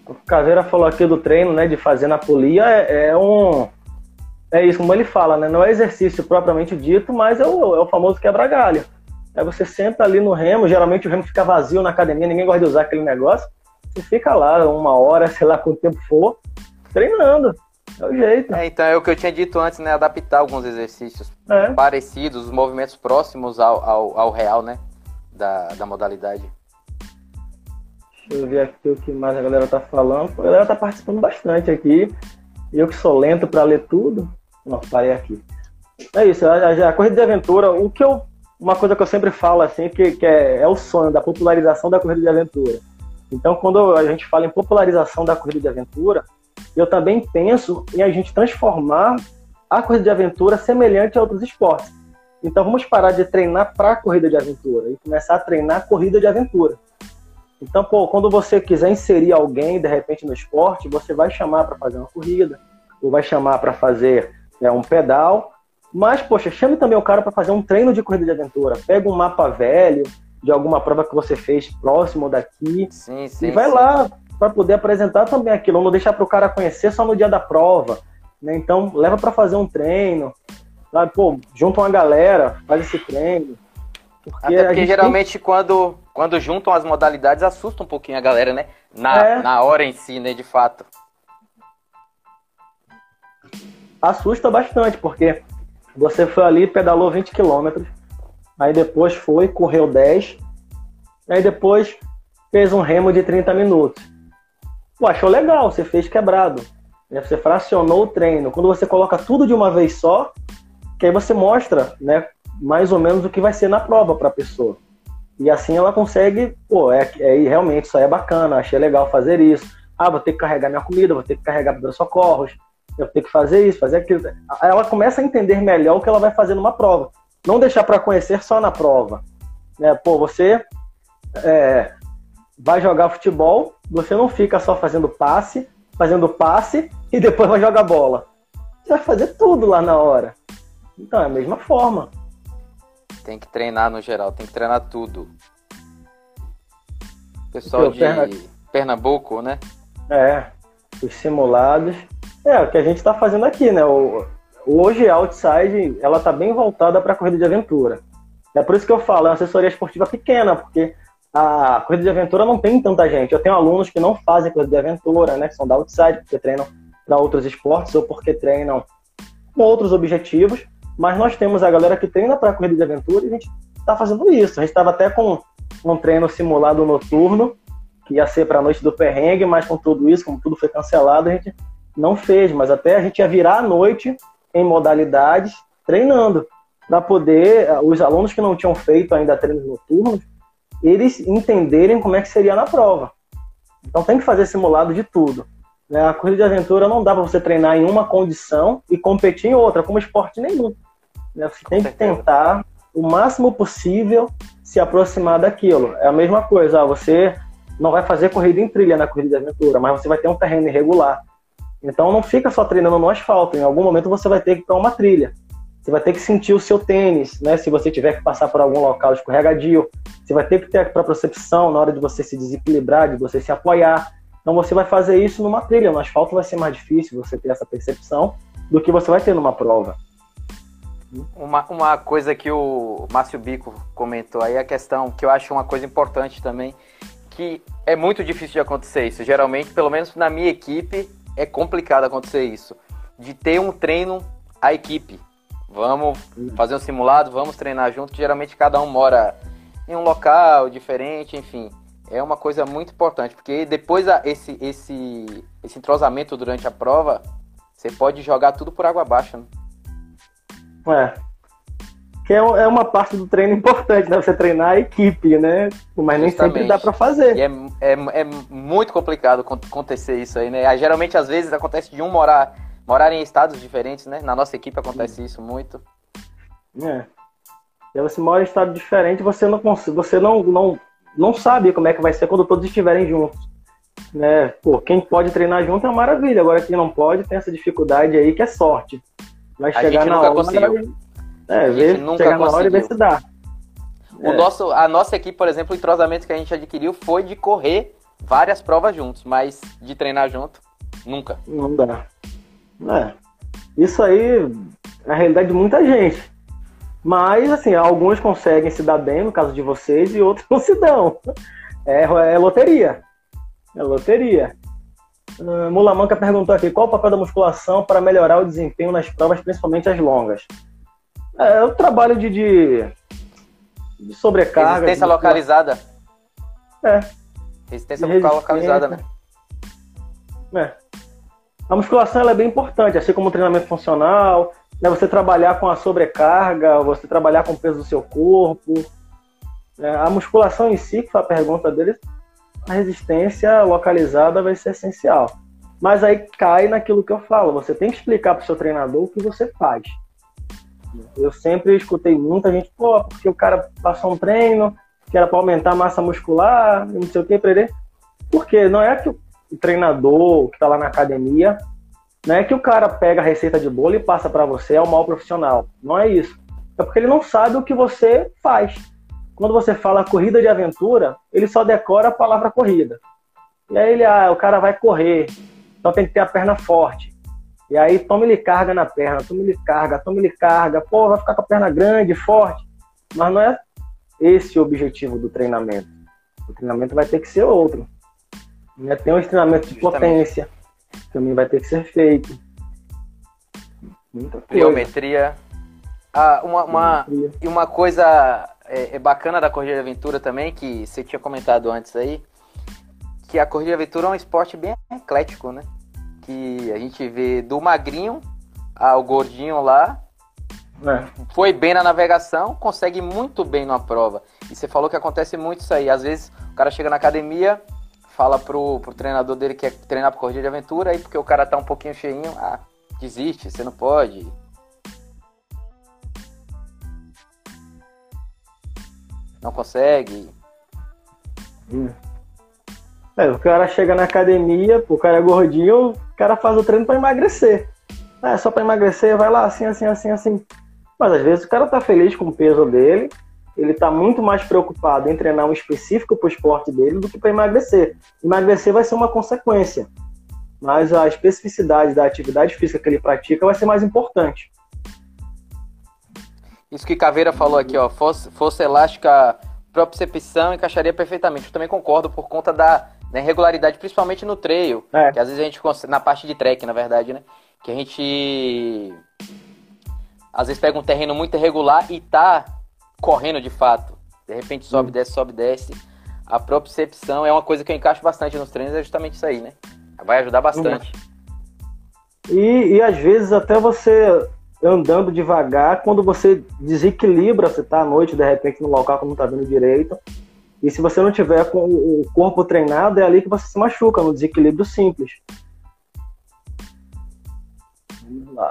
O Caveira falou aqui do treino, né, de fazer na polia, é, é um... É isso, como ele fala, né? Não é exercício propriamente dito, mas é o, é o famoso quebra-galho. Aí você senta ali no remo, geralmente o remo fica vazio na academia, ninguém gosta de usar aquele negócio. Você fica lá uma hora, sei lá quanto tempo for, treinando. É o jeito. É, então é o que eu tinha dito antes, né? Adaptar alguns exercícios é. parecidos, os movimentos próximos ao, ao, ao real, né? Da, da modalidade. Deixa eu ver aqui o que mais a galera tá falando. A galera tá participando bastante aqui. Eu que sou lento para ler tudo. Não, parei aqui. É isso, a, a, a corrida de aventura, o que eu, uma coisa que eu sempre falo assim, que, que é, é o sonho da popularização da corrida de aventura. Então, quando a gente fala em popularização da corrida de aventura, eu também penso em a gente transformar a corrida de aventura semelhante a outros esportes. Então, vamos parar de treinar para a corrida de aventura e começar a treinar a corrida de aventura. Então, pô, quando você quiser inserir alguém, de repente, no esporte, você vai chamar para fazer uma corrida, ou vai chamar para fazer né, um pedal, mas, poxa, chame também o cara para fazer um treino de corrida de aventura. Pega um mapa velho de alguma prova que você fez próximo daqui sim, sim, e vai sim. lá para poder apresentar também aquilo, não deixar para o cara conhecer só no dia da prova, né? Então, leva para fazer um treino, sabe? Pô, junta uma galera, faz esse treino. Porque Até porque geralmente tem... quando, quando juntam as modalidades assusta um pouquinho a galera, né? Na, é. na hora em si, né? De fato. Assusta bastante, porque você foi ali, pedalou vinte quilômetros, aí depois foi, correu dez, aí depois fez um remo de trinta minutos. Pô, achou legal, você fez quebrado. Você fracionou o treino. Quando você coloca tudo de uma vez só, que aí você mostra, né? Mais ou menos o que vai ser na prova para a pessoa. E assim ela consegue, pô, é, é, realmente isso aí é bacana, achei legal fazer isso. Ah, vou ter que carregar minha comida, vou ter que carregar primeiros socorros, eu vou ter que fazer isso, fazer aquilo. Ela começa a entender melhor o que ela vai fazer numa prova. Não deixar para conhecer só na prova. Né? Pô, você é, vai jogar futebol, você não fica só fazendo passe, fazendo passe e depois vai jogar bola. Você vai fazer tudo lá na hora. Então é a mesma forma. Tem que treinar no geral, tem que treinar tudo. Pessoal de Perna... Pernambuco, né? É, os simulados. É, o que a gente está fazendo aqui, né? O... Hoje a Outside, ela tá bem voltada para a corrida de aventura. É por isso que eu falo, é uma assessoria esportiva pequena, porque a corrida de aventura não tem tanta gente. Eu tenho alunos que não fazem corrida de aventura, né? Que são da Outside, porque treinam para outros esportes ou porque treinam com outros objetivos. Mas nós temos a galera que treina para corrida de aventura e a gente está fazendo isso. A gente estava até com um treino simulado noturno, que ia ser para a noite do perrengue, mas com tudo isso, como tudo foi cancelado, a gente não fez. Mas até a gente ia virar a noite em modalidades, treinando, para poder, os alunos que não tinham feito ainda treinos noturnos, eles entenderem como é que seria na prova. Então tem que fazer simulado de tudo. A corrida de aventura não dá para você treinar em uma condição e competir em outra, como esporte nenhum. Você tem que tentar o máximo possível se aproximar daquilo. É a mesma coisa, você não vai fazer corrida em trilha na corrida de aventura, mas você vai ter um terreno irregular. Então não fica só treinando no asfalto, em algum momento você vai ter que ir para uma trilha. Você vai ter que sentir o seu tênis, né? Se você tiver que passar por algum local escorregadio, você vai ter que ter a propriocepção na hora de você se desequilibrar, de você se apoiar. Então você vai fazer isso numa trilha, no asfalto vai ser mais difícil você ter essa percepção do que você vai ter numa prova. Uma, uma coisa que o Márcio Bico comentou aí, a questão que eu acho uma coisa importante também, que é muito difícil de acontecer isso. Geralmente, pelo menos na minha equipe, é complicado acontecer isso. De ter um treino à equipe. Vamos fazer um simulado, vamos treinar junto. Geralmente cada um mora em um local diferente, enfim. É uma coisa muito importante, porque depois a, esse, esse, esse entrosamento durante a prova, você pode jogar tudo por água abaixo, né? É. Que é, é uma parte do treino importante, né? Você treinar a equipe, né? Mas nem Justamente. sempre dá pra fazer. E é, é, é muito complicado acontecer isso aí, né? Geralmente, às vezes, acontece de um morar, morar em estados diferentes, né? Na nossa equipe acontece isso muito. É. Se você mora em estado diferente, você não consegue, você não, não, não sabe como é que vai ser quando todos estiverem juntos. Né? Pô, quem pode treinar junto é uma maravilha. Agora quem não pode tem essa dificuldade aí que é sorte. Vai a chegar gente na nunca hora, conseguiu. É, ver, nunca chegar conseguiu. na hora e ver se dá. O É. nosso, a nossa equipe, por exemplo, o entrosamento que a gente adquiriu foi de correr várias provas juntos, mas de treinar junto, nunca. Não dá. É. Isso aí é a realidade de muita gente. Mas, assim, alguns conseguem se dar bem, no caso de vocês, e outros não se dão. É, é loteria. É loteria. Uh, Mulamanca perguntou aqui, qual o papel da musculação para melhorar o desempenho nas provas, principalmente as longas? É o trabalho de, de, de sobrecarga. Resistência de... localizada. É. Resistência localizada, né? É. A musculação ela é bem importante, assim como o treinamento funcional, né? Você trabalhar com a sobrecarga, você trabalhar com o peso do seu corpo. É, a musculação em si, que foi a pergunta dele, a resistência localizada vai ser essencial. Mas aí cai naquilo que eu falo, você tem que explicar para o seu treinador o que você faz. Eu sempre escutei muita gente, pô, porque o cara passou um treino, que era para aumentar a massa muscular, não sei o que, para ele. Porque não é que o treinador que está lá na academia, não é que o cara pega a receita de bolo e passa para você, é um mau profissional. Não é isso. É porque ele não sabe o que você faz. Quando você fala corrida de aventura, ele só decora a palavra corrida. E aí ele, ah, o cara vai correr, então tem que ter a perna forte. E aí toma-lhe carga na perna, toma-lhe carga, toma-lhe carga, pô, vai ficar com a perna grande, forte. Mas não é esse o objetivo do treinamento. O treinamento vai ter que ser outro. Tem os treinamentos de potência, também vai ter que ser feito. Muita coisa. Pliometria. Ah, uma, uma, e uma coisa é, é bacana da corrida de aventura também, que você tinha comentado antes aí, que a corrida de aventura é um esporte bem eclético, né? Que a gente vê do magrinho ao gordinho lá, é. Foi bem na navegação, consegue muito bem numa prova. E você falou que acontece muito isso aí. Às vezes o cara chega na academia, fala pro, pro treinador dele que quer treinar pra corrida de aventura, aí porque o cara tá um pouquinho cheinho, ah, desiste, você não pode. Não consegue. Hum. É, o cara chega na academia, o cara é gordinho, o cara faz o treino pra emagrecer. É só pra emagrecer, vai lá assim, assim, assim, assim. Mas às vezes o cara tá feliz com o peso dele, ele tá muito mais preocupado em treinar um específico pro esporte dele do que pra emagrecer. Emagrecer vai ser uma consequência, mas a especificidade da atividade física que ele pratica vai ser mais importante. Isso que Caveira falou aqui, ó, força, força elástica, propriocepção encaixaria perfeitamente. Eu também concordo por conta da, da irregularidade, principalmente no trail, é. Que às vezes a gente, na parte de trek, na verdade, né, que a gente às vezes pega um terreno muito irregular e tá correndo de fato. De repente sobe, desce, sobe, desce. A propriocepção é uma coisa que eu encaixo bastante nos treinos, é justamente isso aí, né? Vai ajudar bastante. E, e às vezes até você andando devagar, quando você desequilibra, você tá à noite, de repente, no local que não tá vendo direito, e se você não tiver com o corpo treinado, é ali que você se machuca, no desequilíbrio simples. Vamos lá.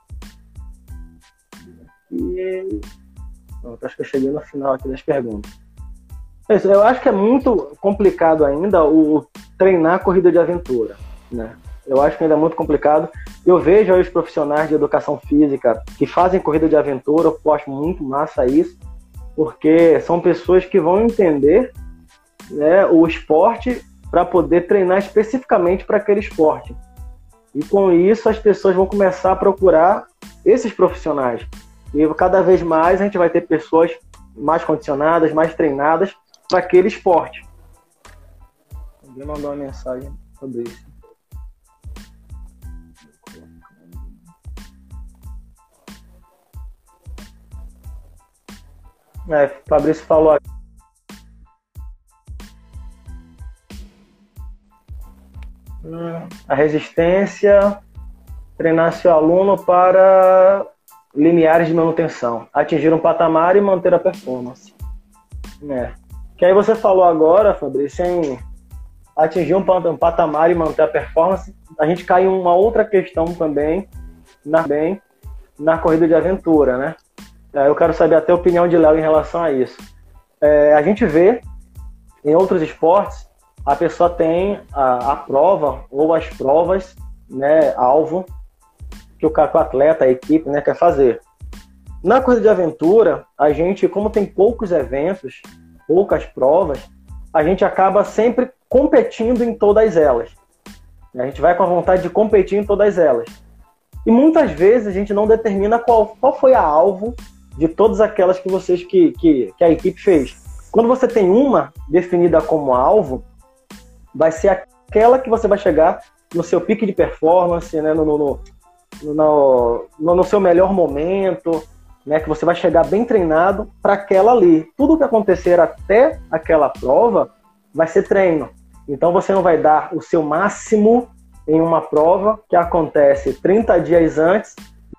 E... Pronto, acho que eu cheguei no final aqui das perguntas. Eu acho que é muito complicado ainda o treinar corrida de aventura, né? Eu acho que ainda é muito complicado. Eu vejo aí os profissionais de educação física que fazem corrida de aventura, eu acho muito massa isso, porque são pessoas que vão entender, né, o esporte para poder treinar especificamente para aquele esporte. E com isso as pessoas vão começar a procurar esses profissionais. E cada vez mais a gente vai ter pessoas mais condicionadas, mais treinadas para aquele esporte. Alguém mandou uma mensagem sobre isso. É, Fabrício falou aqui. A resistência, treinar seu aluno para limiares de manutenção, atingir um patamar e manter a performance. É. Que aí você falou agora, Fabrício, em atingir um patamar e manter a performance, a gente cai em uma outra questão também na, bem, na corrida de aventura, né? Eu quero saber até a opinião de Léo em relação a isso. É, a gente vê em outros esportes, a pessoa tem a, a prova ou as provas, né, alvo, que o, que o atleta, a equipe, né, quer fazer. Na corrida de aventura, a gente, como tem poucos eventos, poucas provas, a gente acaba sempre competindo em todas elas. A gente vai com a vontade de competir em todas elas. E muitas vezes a gente não determina qual, qual foi a alvo de todas aquelas que vocês que, que, que a equipe fez. Quando você tem uma definida como alvo, vai ser aquela que você vai chegar no seu pique de performance, né, no, no, no, no, no seu melhor momento, né, que você vai chegar bem treinado para aquela ali. Tudo que acontecer até aquela prova vai ser treino. Então você não vai dar o seu máximo em uma prova que acontece trinta dias antes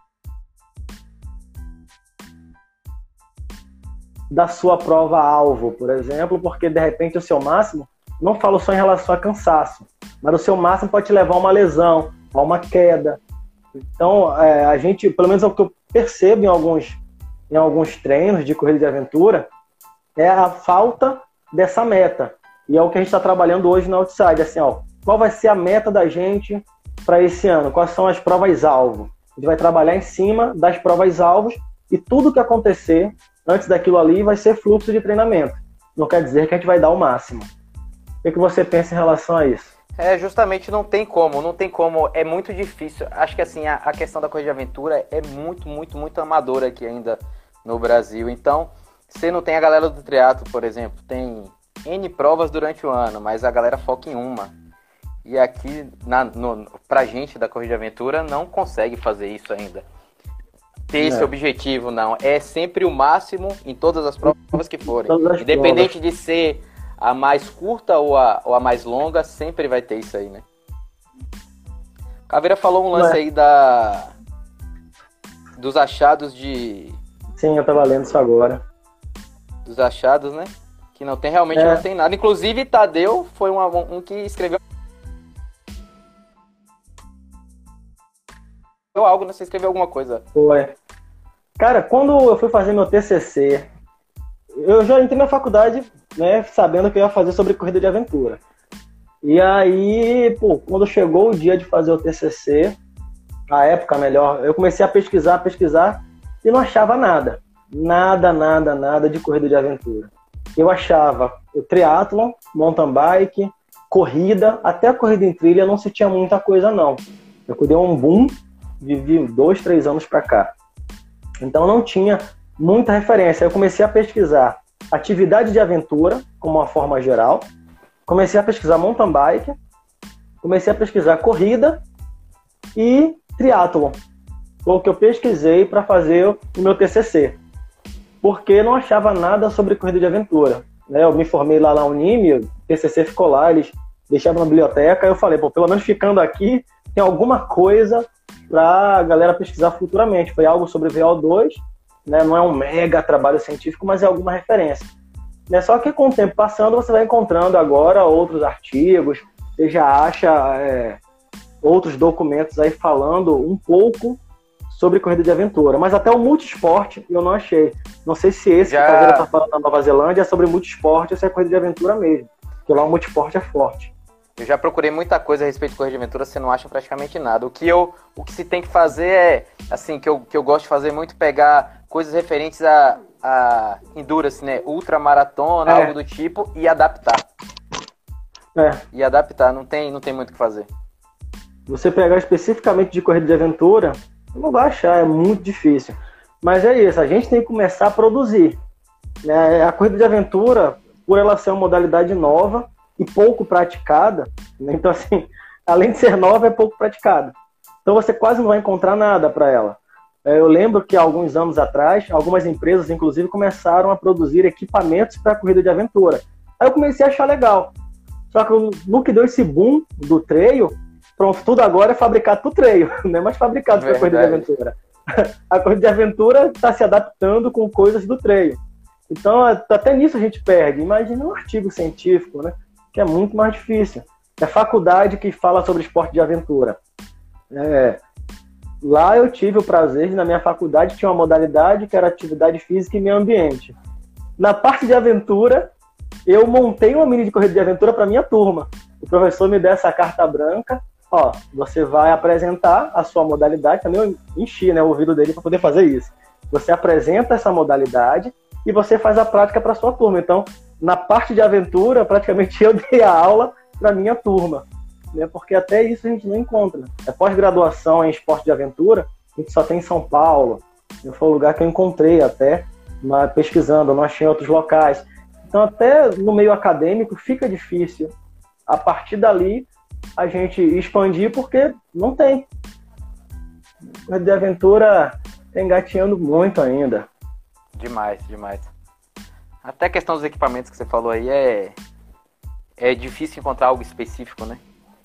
da sua prova-alvo, por exemplo, porque de repente o seu máximo, não falo só em relação a cansaço, mas o seu máximo pode te levar a uma lesão, a uma queda. Então, é, a gente, pelo menos é o que eu percebo em alguns, em alguns treinos de corrida de aventura, é a falta dessa meta. E é o que a gente está trabalhando hoje no Outside, assim, ó, qual vai ser a meta da gente para esse ano? Quais são as provas-alvo? A gente vai trabalhar em cima das provas-alvos e tudo que acontecer antes daquilo ali vai ser fluxo de treinamento. Não quer dizer que a gente vai dar o máximo. O que, que você pensa em relação a isso? É, justamente não tem como, não tem como, é muito difícil. Acho que assim, a, a questão da corrida de aventura é muito, muito, muito amadora aqui ainda no Brasil. Então, você não tem a galera do triatlo, por exemplo, tem N provas durante o ano, mas a galera foca em uma. E aqui, na, no, pra gente da corrida de aventura, não consegue fazer isso ainda. Ter esse é. objetivo, não. É sempre o máximo em todas as provas que forem. Independente provas. de ser a mais curta ou a, ou a mais longa, sempre vai ter isso aí, né? Caveira falou um lance é. aí da dos achados de... Sim, eu tava lendo isso agora. Dos achados, né? Que não tem, realmente é. não tem nada. Inclusive, Tadeu foi uma, um que escreveu algo, não sei, escreveu alguma coisa. Foi. Cara, quando eu fui fazer meu T C C, eu já entrei na faculdade, né, sabendo que eu ia fazer sobre corrida de aventura. E aí, pô, quando chegou o dia de fazer o T C C, a época melhor, eu comecei a pesquisar, pesquisar, e não achava nada. Nada, nada, nada de corrida de aventura. Eu achava o triatlon, mountain bike, corrida, até a corrida em trilha não se tinha muita coisa, não. Eu dei um boom, vivi dois, três anos pra cá. Então não tinha muita referência. Eu comecei a pesquisar atividade de aventura, como uma forma geral. Comecei a pesquisar mountain bike. Comecei a pesquisar corrida e triatlon. Foi o que eu pesquisei para fazer o meu T C C. Porque não achava nada sobre corrida de aventura. Eu me formei lá na Unime, o T C C ficou lá, eles deixavam na biblioteca. Eu falei, pô, pelo menos ficando aqui, tem alguma coisa para a galera pesquisar futuramente. Foi algo sobre V O dois, né? Não é um mega trabalho científico, mas é alguma referência. Né? Só que com o tempo passando, você vai encontrando agora outros artigos, você já acha é, outros documentos aí falando um pouco sobre corrida de aventura. Mas até o multisport eu não achei. Não sei se esse já... que a Caveira está falando na Nova Zelândia é sobre multisport ou se é corrida de aventura mesmo. Porque lá o multisport é forte. Eu já procurei muita coisa a respeito de corrida de aventura, você não acha praticamente nada. O que, eu, o que se tem que fazer é, assim, que eu, que eu gosto de fazer muito, pegar coisas referentes a, a endurance, né? Ultramaratona, é. algo do tipo, e adaptar. É. E adaptar, não tem, não tem muito o que fazer. Você pegar especificamente de corrida de aventura, não vai achar, é muito difícil. Mas é isso, a gente tem que começar a produzir. Né? A corrida de aventura, por ela ser uma modalidade nova, e pouco praticada, né? Então assim, além de ser nova, é pouco praticada. Então você quase não vai encontrar nada para ela. Eu lembro que há alguns anos atrás, algumas empresas, inclusive, começaram a produzir equipamentos para corrida de aventura. Aí eu comecei a achar legal. Só que no que deu esse boom do trail, pronto, tudo agora é fabricado para o trail, não é mais fabricado para corrida de aventura. A corrida de aventura está se adaptando com coisas do trail. Então, até nisso a gente perde. Imagina um artigo científico, né? Que é muito mais difícil. É a faculdade que fala sobre esporte de aventura. É, lá eu tive o prazer de, na minha faculdade, tinha uma modalidade que era atividade física e meio ambiente. Na parte de aventura, eu montei uma mini de corrida de aventura para minha turma. O professor me deu essa carta branca, ó, você vai apresentar a sua modalidade, também eu enchi, né, o ouvido dele para poder fazer isso. Você apresenta essa modalidade e você faz a prática para sua turma. Então, na parte de aventura, praticamente eu dei a aula para minha turma, né? Porque até isso a gente não encontra. É pós-graduação em esporte de aventura, a gente só tem em São Paulo. Foi o lugar que eu encontrei até, mas pesquisando, eu não achei em outros locais. Então até no meio acadêmico fica difícil a partir dali a gente expandir, porque não tem. Corrida de aventura tá engateando muito ainda. Demais, demais. Até a questão dos equipamentos que você falou aí é, é difícil encontrar algo específico, né?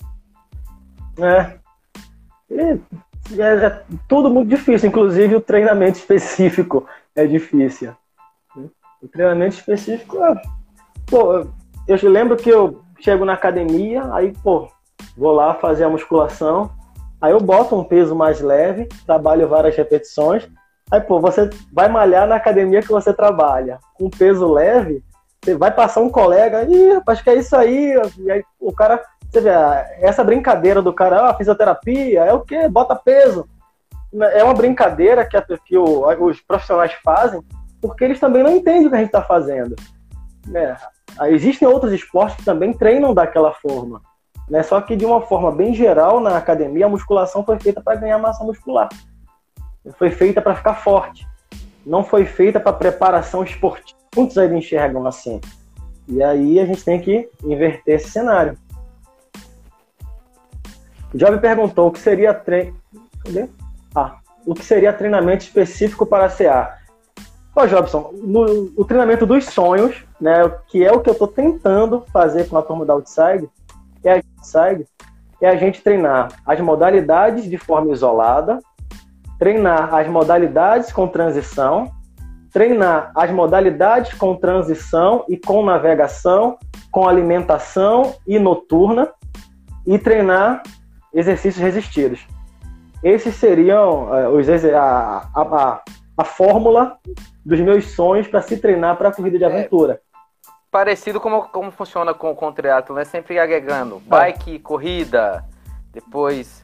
É. E é, é tudo muito difícil, inclusive o treinamento específico é difícil. O treinamento específico, é, pô, eu lembro que eu chego na academia, aí, pô, vou lá fazer a musculação, aí eu boto um peso mais leve, trabalho várias repetições, aí, pô, você vai malhar na academia que você trabalha, com peso leve, você vai passar um colega, ih, rapaz, que é isso aí, e aí o cara, você vê, essa brincadeira do cara, ah, fisioterapia, é o quê? Bota peso. É uma brincadeira que, a, que o, os profissionais fazem, porque eles também não entendem o que a gente está fazendo. Né? Existem outros esportes que também treinam daquela forma. Né? Só que de uma forma bem geral, na academia, a musculação foi feita para ganhar massa muscular. Foi feita para ficar forte. Não foi feita para preparação esportiva. Muitos ainda enxergam assim. E aí a gente tem que inverter esse cenário. O Job perguntou o que seria tre... ah, o que seria treinamento específico para C A. Ô, Jobson, no, o treinamento dos sonhos, né, que é o que eu estou tentando fazer com a turma da Outside, é a, Outside, é a gente treinar as modalidades de forma isolada, treinar as modalidades com transição, treinar as modalidades com transição e com navegação, com alimentação e noturna, e treinar exercícios resistidos. Esses seriam uh, os, a, a, a, a fórmula dos meus sonhos para se treinar para a corrida de aventura. É, parecido como, como funciona com, com o triatlo, né? Sempre agregando bike, é. corrida, depois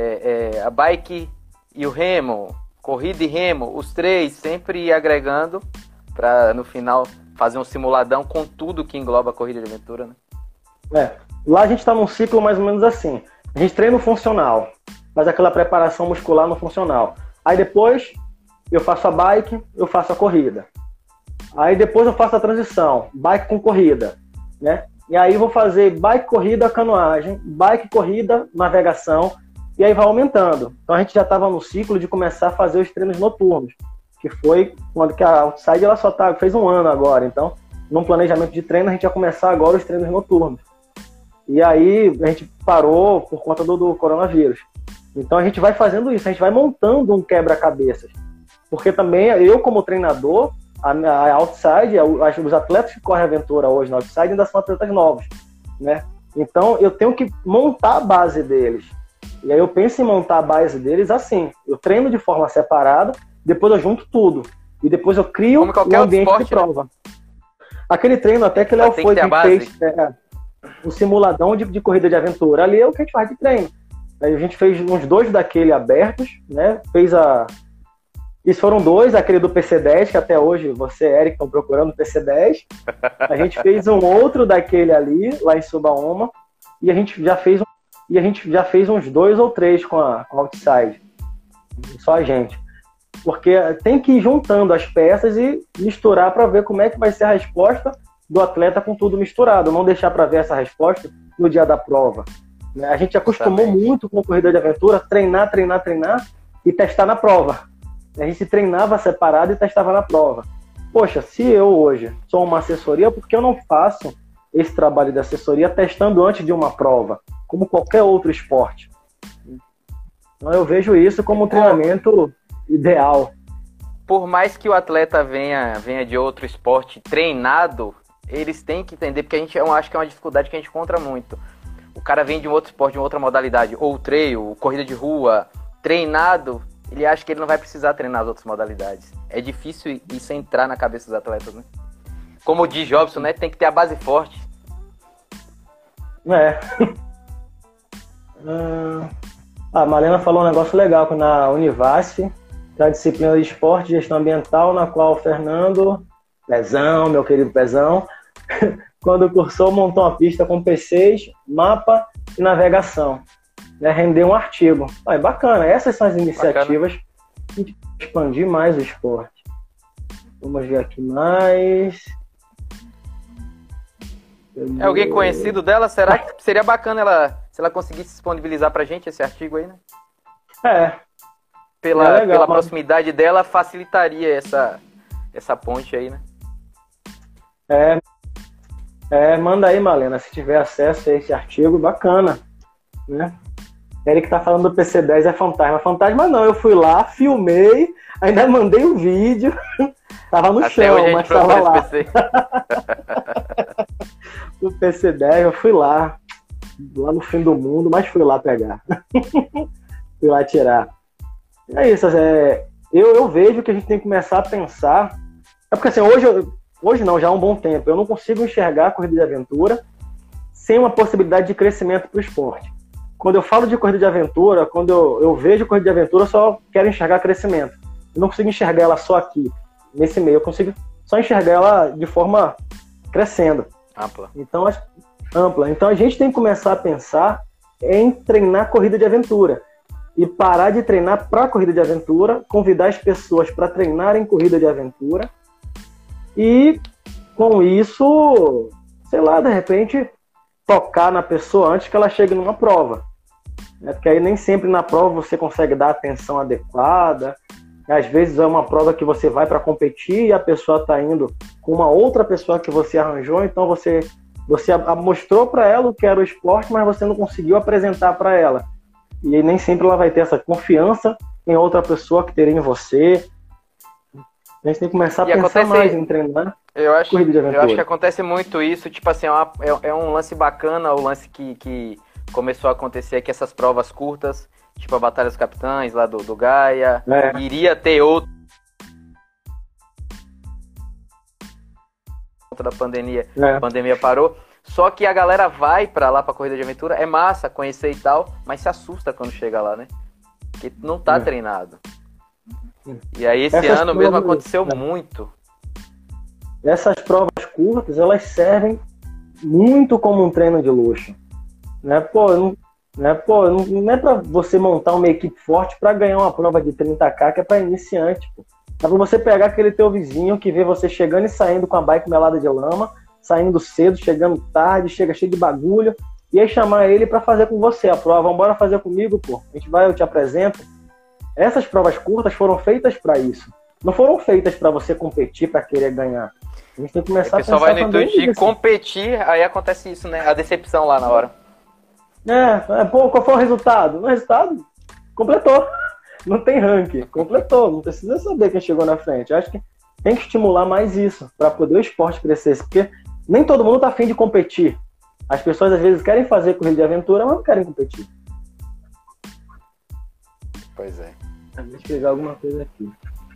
é, é, a bike e o remo, corrida e remo, os três sempre agregando para no final fazer um simuladão com tudo que engloba a corrida de aventura, né? É, lá a gente está num ciclo mais ou menos assim. A gente treina o funcional, faz aquela preparação muscular no funcional. Aí depois eu faço a bike, eu faço a corrida. Aí depois eu faço a transição, bike com corrida, né? E aí vou fazer bike, corrida, canoagem, bike, corrida, navegação, e aí vai aumentando. Então a gente já estava no ciclo de começar a fazer os treinos noturnos, que foi quando que a Outside ela só tá, fez um ano agora. Então, num planejamento de treino, a gente ia começar agora os treinos noturnos. E aí a gente parou por conta do, do coronavírus. Então a gente vai fazendo isso, a gente vai montando um quebra-cabeças. Porque também eu, como treinador, a, a Outside, os atletas que correm aventura hoje na Outside ainda são atletas novos, né? Então eu tenho que montar a base deles. E aí eu penso em montar a base deles assim. Eu treino de forma separada, depois eu junto tudo. E depois eu crio um ambiente esporte, de prova. Né? Aquele treino até que o Léo foi que fez é, um simuladão de, de corrida de aventura. Ali é o que a gente faz de treino. Aí a gente fez uns dois daquele abertos, né? Fez a... Isso foram dois, aquele do P C dez, que até hoje você e Eric estão procurando o P C dez. A gente fez um outro daquele ali, lá em Subaúma, e a gente já fez, um... e a gente já fez uns dois ou três com a, com a Outside. Só a gente. Porque tem que ir juntando as peças e misturar para ver como é que vai ser a resposta do atleta com tudo misturado. Não deixar para ver essa resposta no dia da prova. A gente acostumou Exatamente. muito com a corrida de aventura, treinar, treinar, treinar e testar na prova. A gente treinava separado e testava na prova. Poxa, se eu hoje sou uma assessoria, por que eu não faço esse trabalho de assessoria testando antes de uma prova, como qualquer outro esporte? Então eu vejo isso como um treinamento ideal. Por mais que o atleta venha, venha de outro esporte treinado, eles têm que entender, porque a gente, eu acho que é uma dificuldade que a gente encontra muito. O cara vem de um outro esporte, de uma outra modalidade, ou trail, corrida de rua, treinado, ele acha que ele não vai precisar treinar as outras modalidades. É difícil isso entrar na cabeça dos atletas, né? Como diz Jobson, né? Tem que ter a base forte. É. A Malena falou um negócio legal, que na Univasf, que é a disciplina de esporte e gestão ambiental, na qual o Fernando, Pezão, meu querido Pezão, quando cursou, montou uma pista com P seis, mapa e navegação. Né? Rendeu um artigo. Ah, é bacana. Essas são as iniciativas de expandir mais o esporte. Vamos ver aqui mais. É alguém conhecido dela? Será que seria bacana ela, se ela conseguisse disponibilizar pra gente esse artigo aí, né? É. Pela, é legal, pela mas... proximidade dela, facilitaria essa, essa ponte aí, né? É, é, manda aí, Malena, se tiver acesso a esse artigo, bacana, né? Ele que tá falando do P C dez é fantasma. Fantasma não, eu fui lá, filmei, ainda mandei o um vídeo, tava no Até chão, mas tava lá. P C. O P C dez, eu fui lá, lá no fim do mundo, mas fui lá pegar. Fui lá tirar. É isso, é, eu, eu vejo que a gente tem que começar a pensar. É porque assim, hoje, hoje não, já há um bom tempo, eu não consigo enxergar a corrida de aventura sem uma possibilidade de crescimento para o esporte. Quando eu falo de corrida de aventura, quando eu, eu vejo corrida de aventura, eu só quero enxergar crescimento. Eu não consigo enxergar ela só aqui, nesse meio. Eu consigo só enxergar ela de forma crescendo. Ampla. Então, ampla. Então a gente tem que começar a pensar em treinar corrida de aventura. E parar de treinar para corrida de aventura, convidar as pessoas para treinarem corrida de aventura. E com isso, sei lá, de repente, tocar na pessoa antes que ela chegue numa prova. Né? Porque aí nem sempre na prova você consegue dar a atenção adequada. Às vezes é uma prova que você vai para competir e a pessoa está indo com uma outra pessoa que você arranjou, então você, você mostrou para ela o que era o esporte, mas você não conseguiu apresentar para ela. E aí nem sempre ela vai ter essa confiança em outra pessoa que teria em você. A gente tem que começar a e pensar acontece... mais em treinar eu acho, corrida de aventura. Eu acho que acontece muito isso, tipo assim, é, uma, é, é um lance bacana, o lance que, que começou a acontecer aqui, essas provas curtas, tipo a Batalha dos Capitães lá do, do Gaia, é. Iria ter outro da pandemia, é. a pandemia parou, só que a galera vai pra lá pra corrida de aventura, é massa conhecer e tal, mas se assusta quando chega lá, né? Porque não tá é. treinado. E aí esse Essas ano provas, mesmo aconteceu né? muito. Essas provas curtas, elas servem muito como um treino de luxo. Né? Pô, não, né? Pô, não, não é para você montar uma equipe forte para ganhar uma prova de trinta K que é para iniciante. Pô. É para você pegar aquele teu vizinho que vê você chegando e saindo com a bike melada de lama, saindo cedo, chegando tarde, chega cheio de bagulho, e aí chamar ele para fazer com você a prova. Vamos embora fazer comigo, pô. A gente vai, eu te apresento. Essas provas curtas foram feitas para isso. Não foram feitas para você competir, para querer ganhar. A gente tem que começar a pensar. O pessoal vai no intuito de competir, aí acontece isso, né? A decepção lá na hora. É, é, pô, qual foi o resultado? O resultado completou. Não tem ranking, completou. Não precisa saber quem chegou na frente. Eu acho que tem que estimular mais isso, para poder o esporte crescer. Porque nem todo mundo tá afim de competir. As pessoas às vezes querem fazer corrida de aventura, mas não querem competir. Pois é. Deixa eu pegar alguma coisa aqui.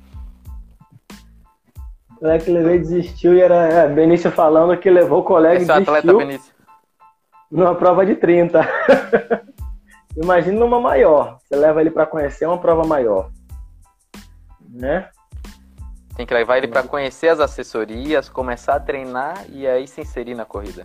O colega que levei desistiu e era é, Benício falando que levou o colega e desistiu. Atleta Benício. Numa prova de trinta. Imagina numa maior. Você leva ele para conhecer uma prova maior. Né? Tem que levar ele para conhecer as assessorias, começar a treinar e aí se inserir na corrida.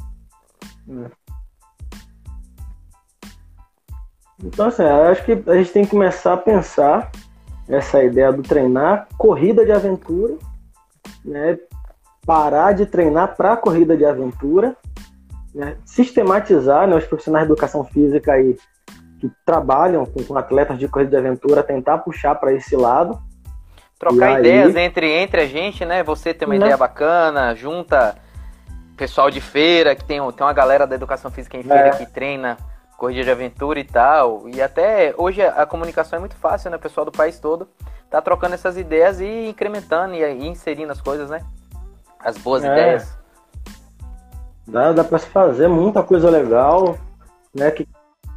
Então, assim, eu acho que a gente tem que começar a pensar essa ideia do treinar corrida de aventura, né? Parar de treinar para corrida de aventura, né? Sistematizar, né, os profissionais de educação física aí que trabalham com, com atletas de corrida de aventura, tentar puxar para esse lado. Trocar e ideias aí... entre, entre a gente, né? Você tem uma Não. ideia bacana, junta pessoal de feira, que tem, tem uma galera da educação física em feira É. que treina corrida de aventura e tal. E até hoje a comunicação é muito fácil, né? O pessoal do país todo tá trocando essas ideias e incrementando e, e inserindo as coisas, né? As boas É. ideias. Dá, dá para se fazer muita coisa legal, né? Que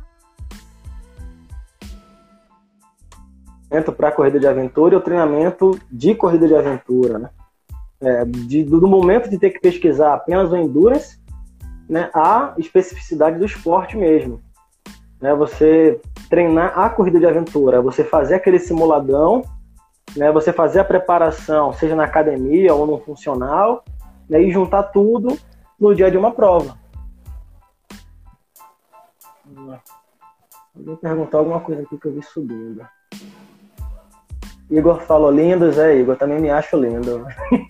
para corrida de aventura e o treinamento de corrida de aventura, né? É, de, do momento de ter que pesquisar apenas o endurance, né, a especificidade do esporte mesmo, né? Você treinar a corrida de aventura, você fazer aquele simuladão, né? Você fazer a preparação, seja na academia ou no funcional, e aí juntar tudo no dia de uma prova. Vou perguntar alguma coisa aqui que eu vi subindo. Igor falou lindos, é, Igor, também me acho lindo.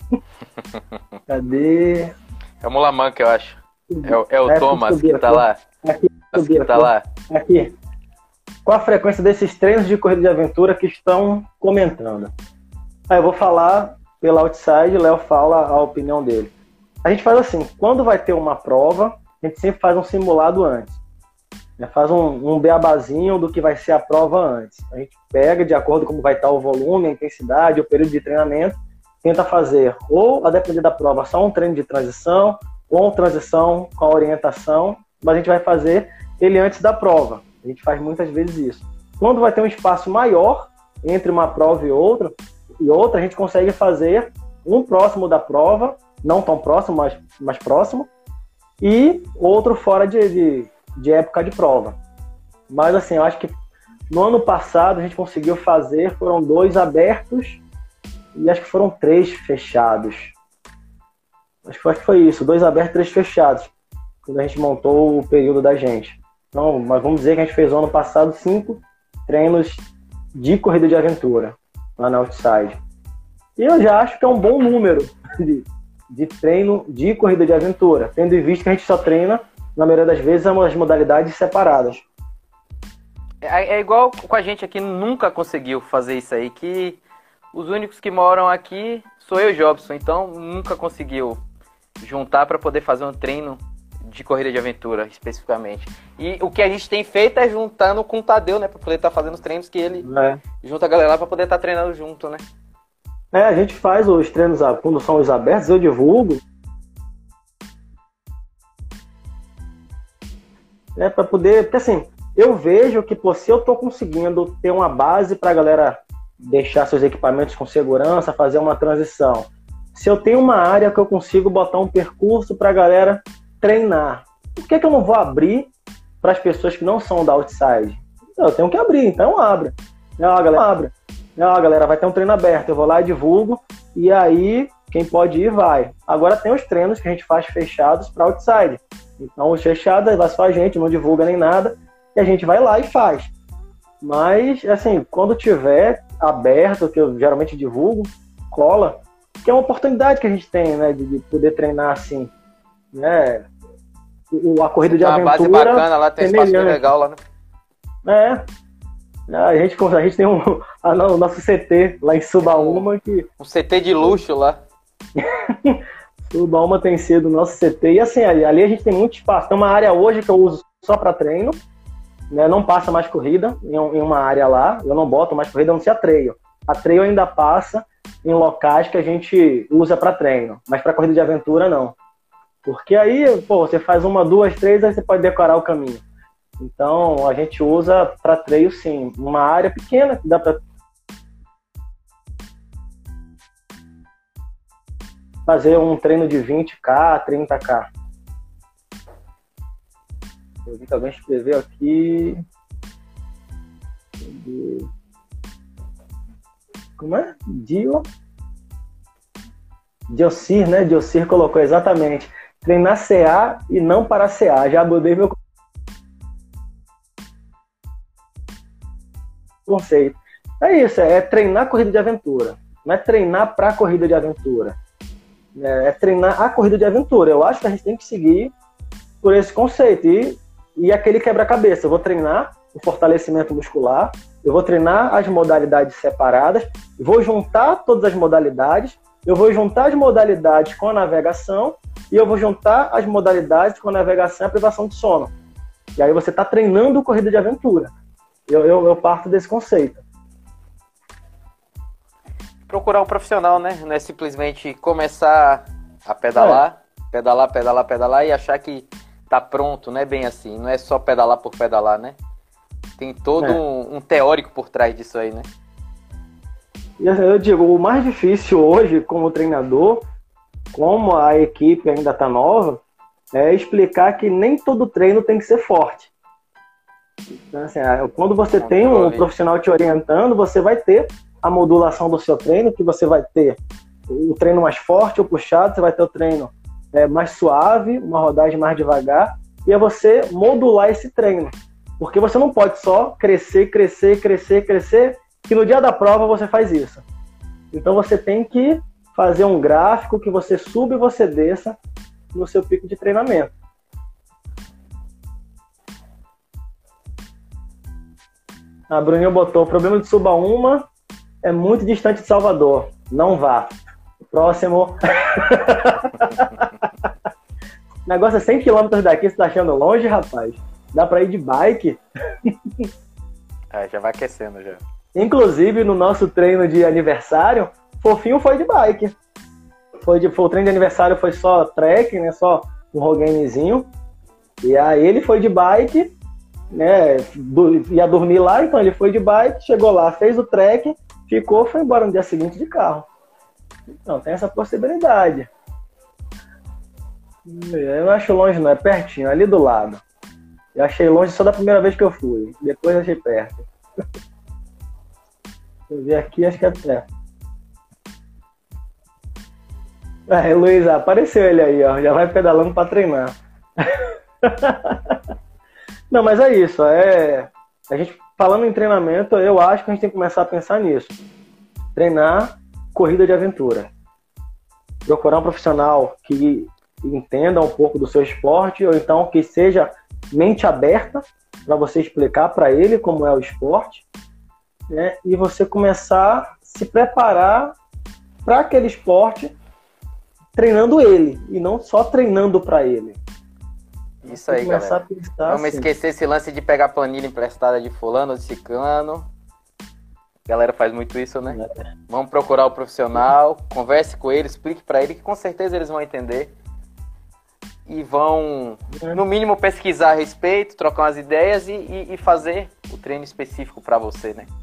Cadê? É o Mulamanca, eu acho. É, o- é o É, Thomas subir que tá aqui. lá. Aqui, Thomas subir que tá aqui. lá. Aqui. Qual a frequência desses treinos de corrida de aventura que estão comentando? Aí eu vou falar pela Outside, o Léo fala a opinião dele. A gente faz assim, quando vai ter uma prova, a gente sempre faz um simulado antes. Né? Faz um, um beabazinho do que vai ser a prova antes. A gente pega, de acordo com como vai estar o volume, a intensidade, o período de treinamento, tenta fazer, ou, a depender da prova, só um treino de transição, ou uma transição com a orientação, mas a gente vai fazer ele antes da prova. A gente faz muitas vezes isso. Quando vai ter um espaço maior entre uma prova e outra, e outra, a gente consegue fazer um próximo da prova, não tão próximo, mas mais próximo, e outro fora de, de, de época de prova. Mas assim, eu acho que no ano passado a gente conseguiu fazer, foram dois abertos e acho que foram três fechados. Acho que foi, acho que foi isso, dois abertos, três fechados, quando a gente montou o período da gente. Então, mas vamos dizer que a gente fez no ano passado cinco treinos de corrida de aventura lá na Outside. E eu já acho que é um bom número de, de treino de corrida de aventura, tendo em vista que a gente só treina, na maioria das vezes, as modalidades separadas. É, é igual com a gente aqui, nunca conseguiu fazer isso aí, que os únicos que moram aqui sou eu e o Jobson, então nunca conseguiu juntar para poder fazer um treino de corrida de aventura, especificamente. E o que a gente tem feito é juntando com o Tadeu, né, para poder estar fazendo os treinos que ele É. junta a galera lá para poder estar treinando junto, né? É, a gente faz os treinos, quando são os abertos, eu divulgo. É, para poder, porque assim, eu vejo que, pô, se eu tô conseguindo ter uma base pra galera deixar seus equipamentos com segurança, fazer uma transição. Se eu tenho uma área que eu consigo botar um percurso pra galera treinar, por que que eu não vou abrir para as pessoas que não são da Outside? Eu tenho que abrir, então abre. Não, a galera abre. Não, a galera vai ter um treino aberto, eu vou lá e divulgo, e aí quem pode ir vai. Agora tem os treinos que a gente faz fechados para Outside. Então os fechados vai só a gente, não divulga nem nada, e a gente vai lá e faz. Mas, assim, quando tiver aberto, que eu geralmente divulgo, cola, que é uma oportunidade que a gente tem, né, de, de poder treinar assim, né, o, a corrida de Tem uma aventura. base bacana lá, tem um espaço bem semelhante. legal lá, né? É, a gente, a gente tem um, a, o nosso C T lá em Subaúma, que Um C T de luxo lá. Subaúma tem sido o nosso C T, e assim, ali, ali a gente tem muito espaço. Tem uma área hoje que eu uso só para treino, né, não passa mais corrida em, em uma área lá, eu não boto mais corrida, a não ser a trail. A trail ainda passa em locais que a gente usa para treino, mas para corrida de aventura não. Porque aí, pô, você faz uma, duas, três, aí você pode decorar o caminho. Então, a gente usa para trail sim, uma área pequena que dá para fazer um treino de vinte quilometros, trinta quilômetros. Eu vi que alguém escreveu aqui. Como é? Dio. Diocir, né? Diocir colocou exatamente. Treinar C A e não para C A. Já mudei meu conceito. É isso, é treinar corrida de aventura. Não é treinar para corrida de aventura. É treinar a corrida de aventura. Eu acho que a gente tem que seguir por esse conceito. E, e aquele quebra-cabeça. Eu vou treinar o fortalecimento muscular, eu vou treinar as modalidades separadas, vou juntar todas as modalidades, eu vou juntar as modalidades com a navegação e eu vou juntar as modalidades com a navegação e a privação de sono. E aí você está treinando corrida de aventura. Eu, eu, eu parto desse conceito. Procurar um profissional, né? Não é simplesmente começar a pedalar, é. pedalar, pedalar, pedalar e achar que tá pronto, não é bem assim. Não é só pedalar por pedalar, né? Tem todo é. um, um teórico por trás disso aí, né? E eu digo, o mais difícil hoje, como treinador, como a equipe ainda tá nova, é explicar que nem todo treino tem que ser forte. Então, assim, quando você tem um profissional te orientando, você vai ter a modulação do seu treino, que você vai ter o treino mais forte ou puxado, você vai ter o treino é, mais suave, uma rodagem mais devagar, e é você modular esse treino. Porque você não pode só crescer, crescer, crescer, crescer, que no dia da prova você faz isso. Então você tem que fazer um gráfico que você suba e você desça no seu pico de treinamento. A Bruninho botou, o problema de Subaúma é muito distante de Salvador. Não vá. Próximo. O negócio é cem quilômetros daqui, você tá achando longe, rapaz? Dá pra ir de bike? É, já vai aquecendo já. Inclusive, no nosso treino de aniversário, Fofinho foi de bike. Foi, de, foi o treino de aniversário foi só trek, né? Só um rogamezinho. E aí ele foi de bike, né? Do, ia dormir lá, então ele foi de bike, chegou lá, fez o trek, ficou, foi embora no dia seguinte de carro. Então, tem essa possibilidade. Eu não acho longe não, é pertinho, ali do lado. Eu achei longe só da primeira vez que eu fui, depois eu achei perto. Eu vi aqui, acho que é perto. É, Luiz, apareceu ele aí, ó, já vai pedalando para treinar. Não, mas é isso, é... A gente, falando em treinamento, eu acho que a gente tem que começar a pensar nisso. Treinar corrida de aventura. Procurar um profissional que entenda um pouco do seu esporte, ou então que seja mente aberta para você explicar para ele como é o esporte, né? E você começar a se preparar para aquele esporte treinando ele, e não só treinando para ele. Isso aí, galera. Vamos assim. Esquecer esse lance de pegar planilha emprestada de fulano ou de ciclano. A galera faz muito isso, né? É. Vamos procurar o profissional, converse com ele, explique para ele, que com certeza eles vão entender. E vão, no mínimo, pesquisar a respeito, trocar umas ideias e, e, e fazer o treino específico para você, né?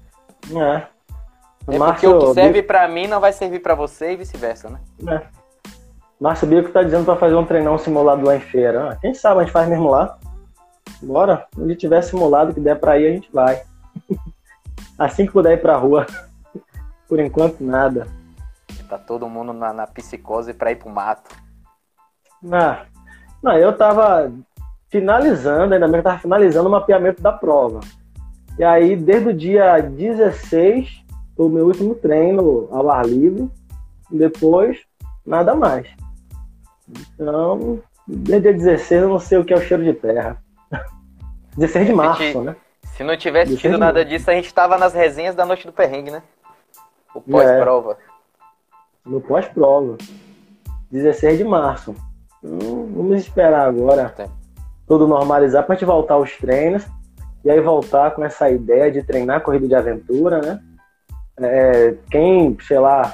É. É porque o que serve para mim não vai servir para você e vice-versa, né? É. Márcio Bico tá dizendo para fazer um treinão simulado lá em feira. Ah, quem sabe a gente faz mesmo lá. Bora, onde tiver simulado que der para ir, a gente vai. Assim que puder ir pra rua. Por enquanto, nada. Tá todo mundo na, na psicose para ir pro mato. Não, não, eu tava finalizando, ainda bem que eu tava finalizando o mapeamento da prova. E aí, desde o dia dezesseis, foi o meu último treino ao ar livre. E depois, nada mais. Então, desde o dia dezesseis, eu não sei o que é o cheiro de terra. dezesseis de março, né? Se não tivesse tido nada disso, a gente tava nas resenhas da Noite do Perrengue, né? O pós-prova. É, no pós-prova. dezesseis de março. Então, vamos esperar agora Tem. tudo normalizar pra gente voltar aos treinos. E aí voltar com essa ideia de treinar corrida de aventura, né? É, quem, sei lá,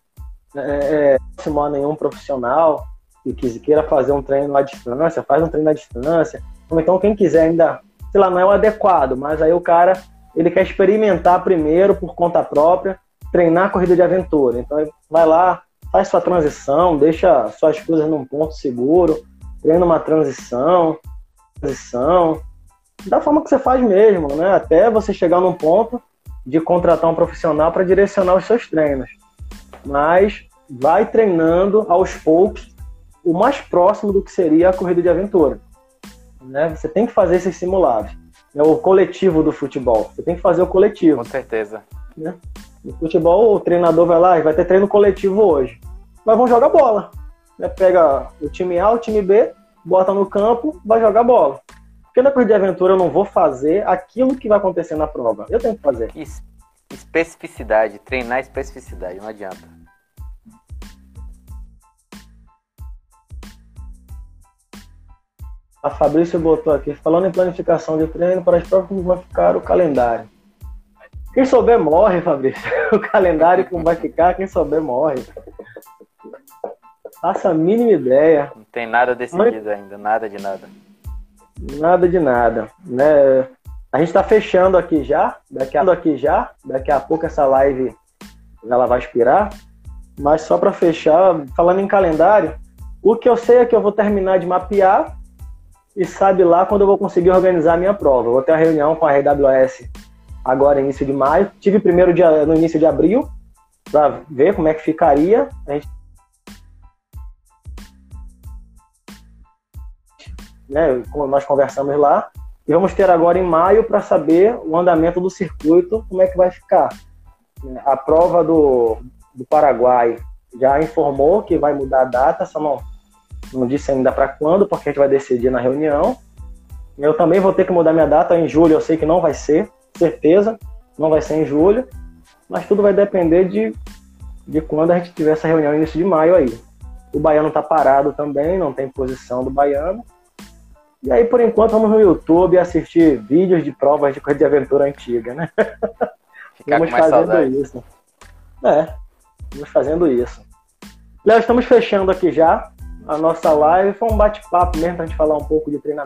é, não é nenhum profissional e queira fazer um treino à distância, faz um treino à distância. Ou então quem quiser ainda, sei lá, não é o adequado, mas aí o cara, ele quer experimentar primeiro por conta própria, treinar corrida de aventura. Então vai lá, faz sua transição, deixa suas coisas num ponto seguro, treina uma transição, transição, da forma que você faz mesmo, né? Até você chegar num ponto de contratar um profissional para direcionar os seus treinos. Mas vai treinando aos poucos o mais próximo do que seria a corrida de aventura. Né? Você tem que fazer esses simulados. É o coletivo do futebol. Você tem que fazer o coletivo. Com certeza. Né? No futebol, o treinador vai lá e vai ter treino coletivo hoje. Mas vão jogar bola. Né? Pega o time A, o time B, bota no campo, vai jogar bola. Porque na corrida de aventura eu não vou fazer aquilo que vai acontecer na prova. Eu tenho que fazer. Es- especificidade. Treinar especificidade. Não adianta. A Fabrício botou aqui, falando em planificação de treino, para as provas, como vai ficar o calendário. Quem souber morre, Fabrício. O calendário como vai ficar, quem souber morre. Faça a mínima ideia. Não tem nada decidido Mas... ainda, nada de nada. Nada de nada. Né? A gente está fechando aqui já, daqui a, aqui já, daqui a pouco essa live ela vai expirar. Mas só para fechar, falando em calendário, o que eu sei é que eu vou terminar de mapear e sabe lá quando eu vou conseguir organizar a minha prova. Eu vou ter uma reunião com a R W S agora, início de maio. Tive primeiro dia, no início de abril, para ver como é que ficaria. A gente, né, como nós conversamos lá, e vamos ter agora em maio para saber o andamento do circuito, como é que vai ficar. A prova do, do Paraguai já informou que vai mudar a data, só não, não disse ainda para quando, porque a gente vai decidir na reunião. Eu também vou ter que mudar minha data em julho, eu sei que não vai ser, certeza, não vai ser em julho, mas tudo vai depender de, de quando a gente tiver essa reunião no início de maio aí. O baiano está parado também, não tem posição do baiano. E aí, por enquanto, vamos no YouTube assistir vídeos de provas de corrida de aventura antiga, né? Ficar vamos com mais fazendo saudade. isso. É, vamos fazendo isso. Léo, estamos fechando aqui já a nossa live. Foi um bate-papo mesmo para a gente falar um pouco de treinamento.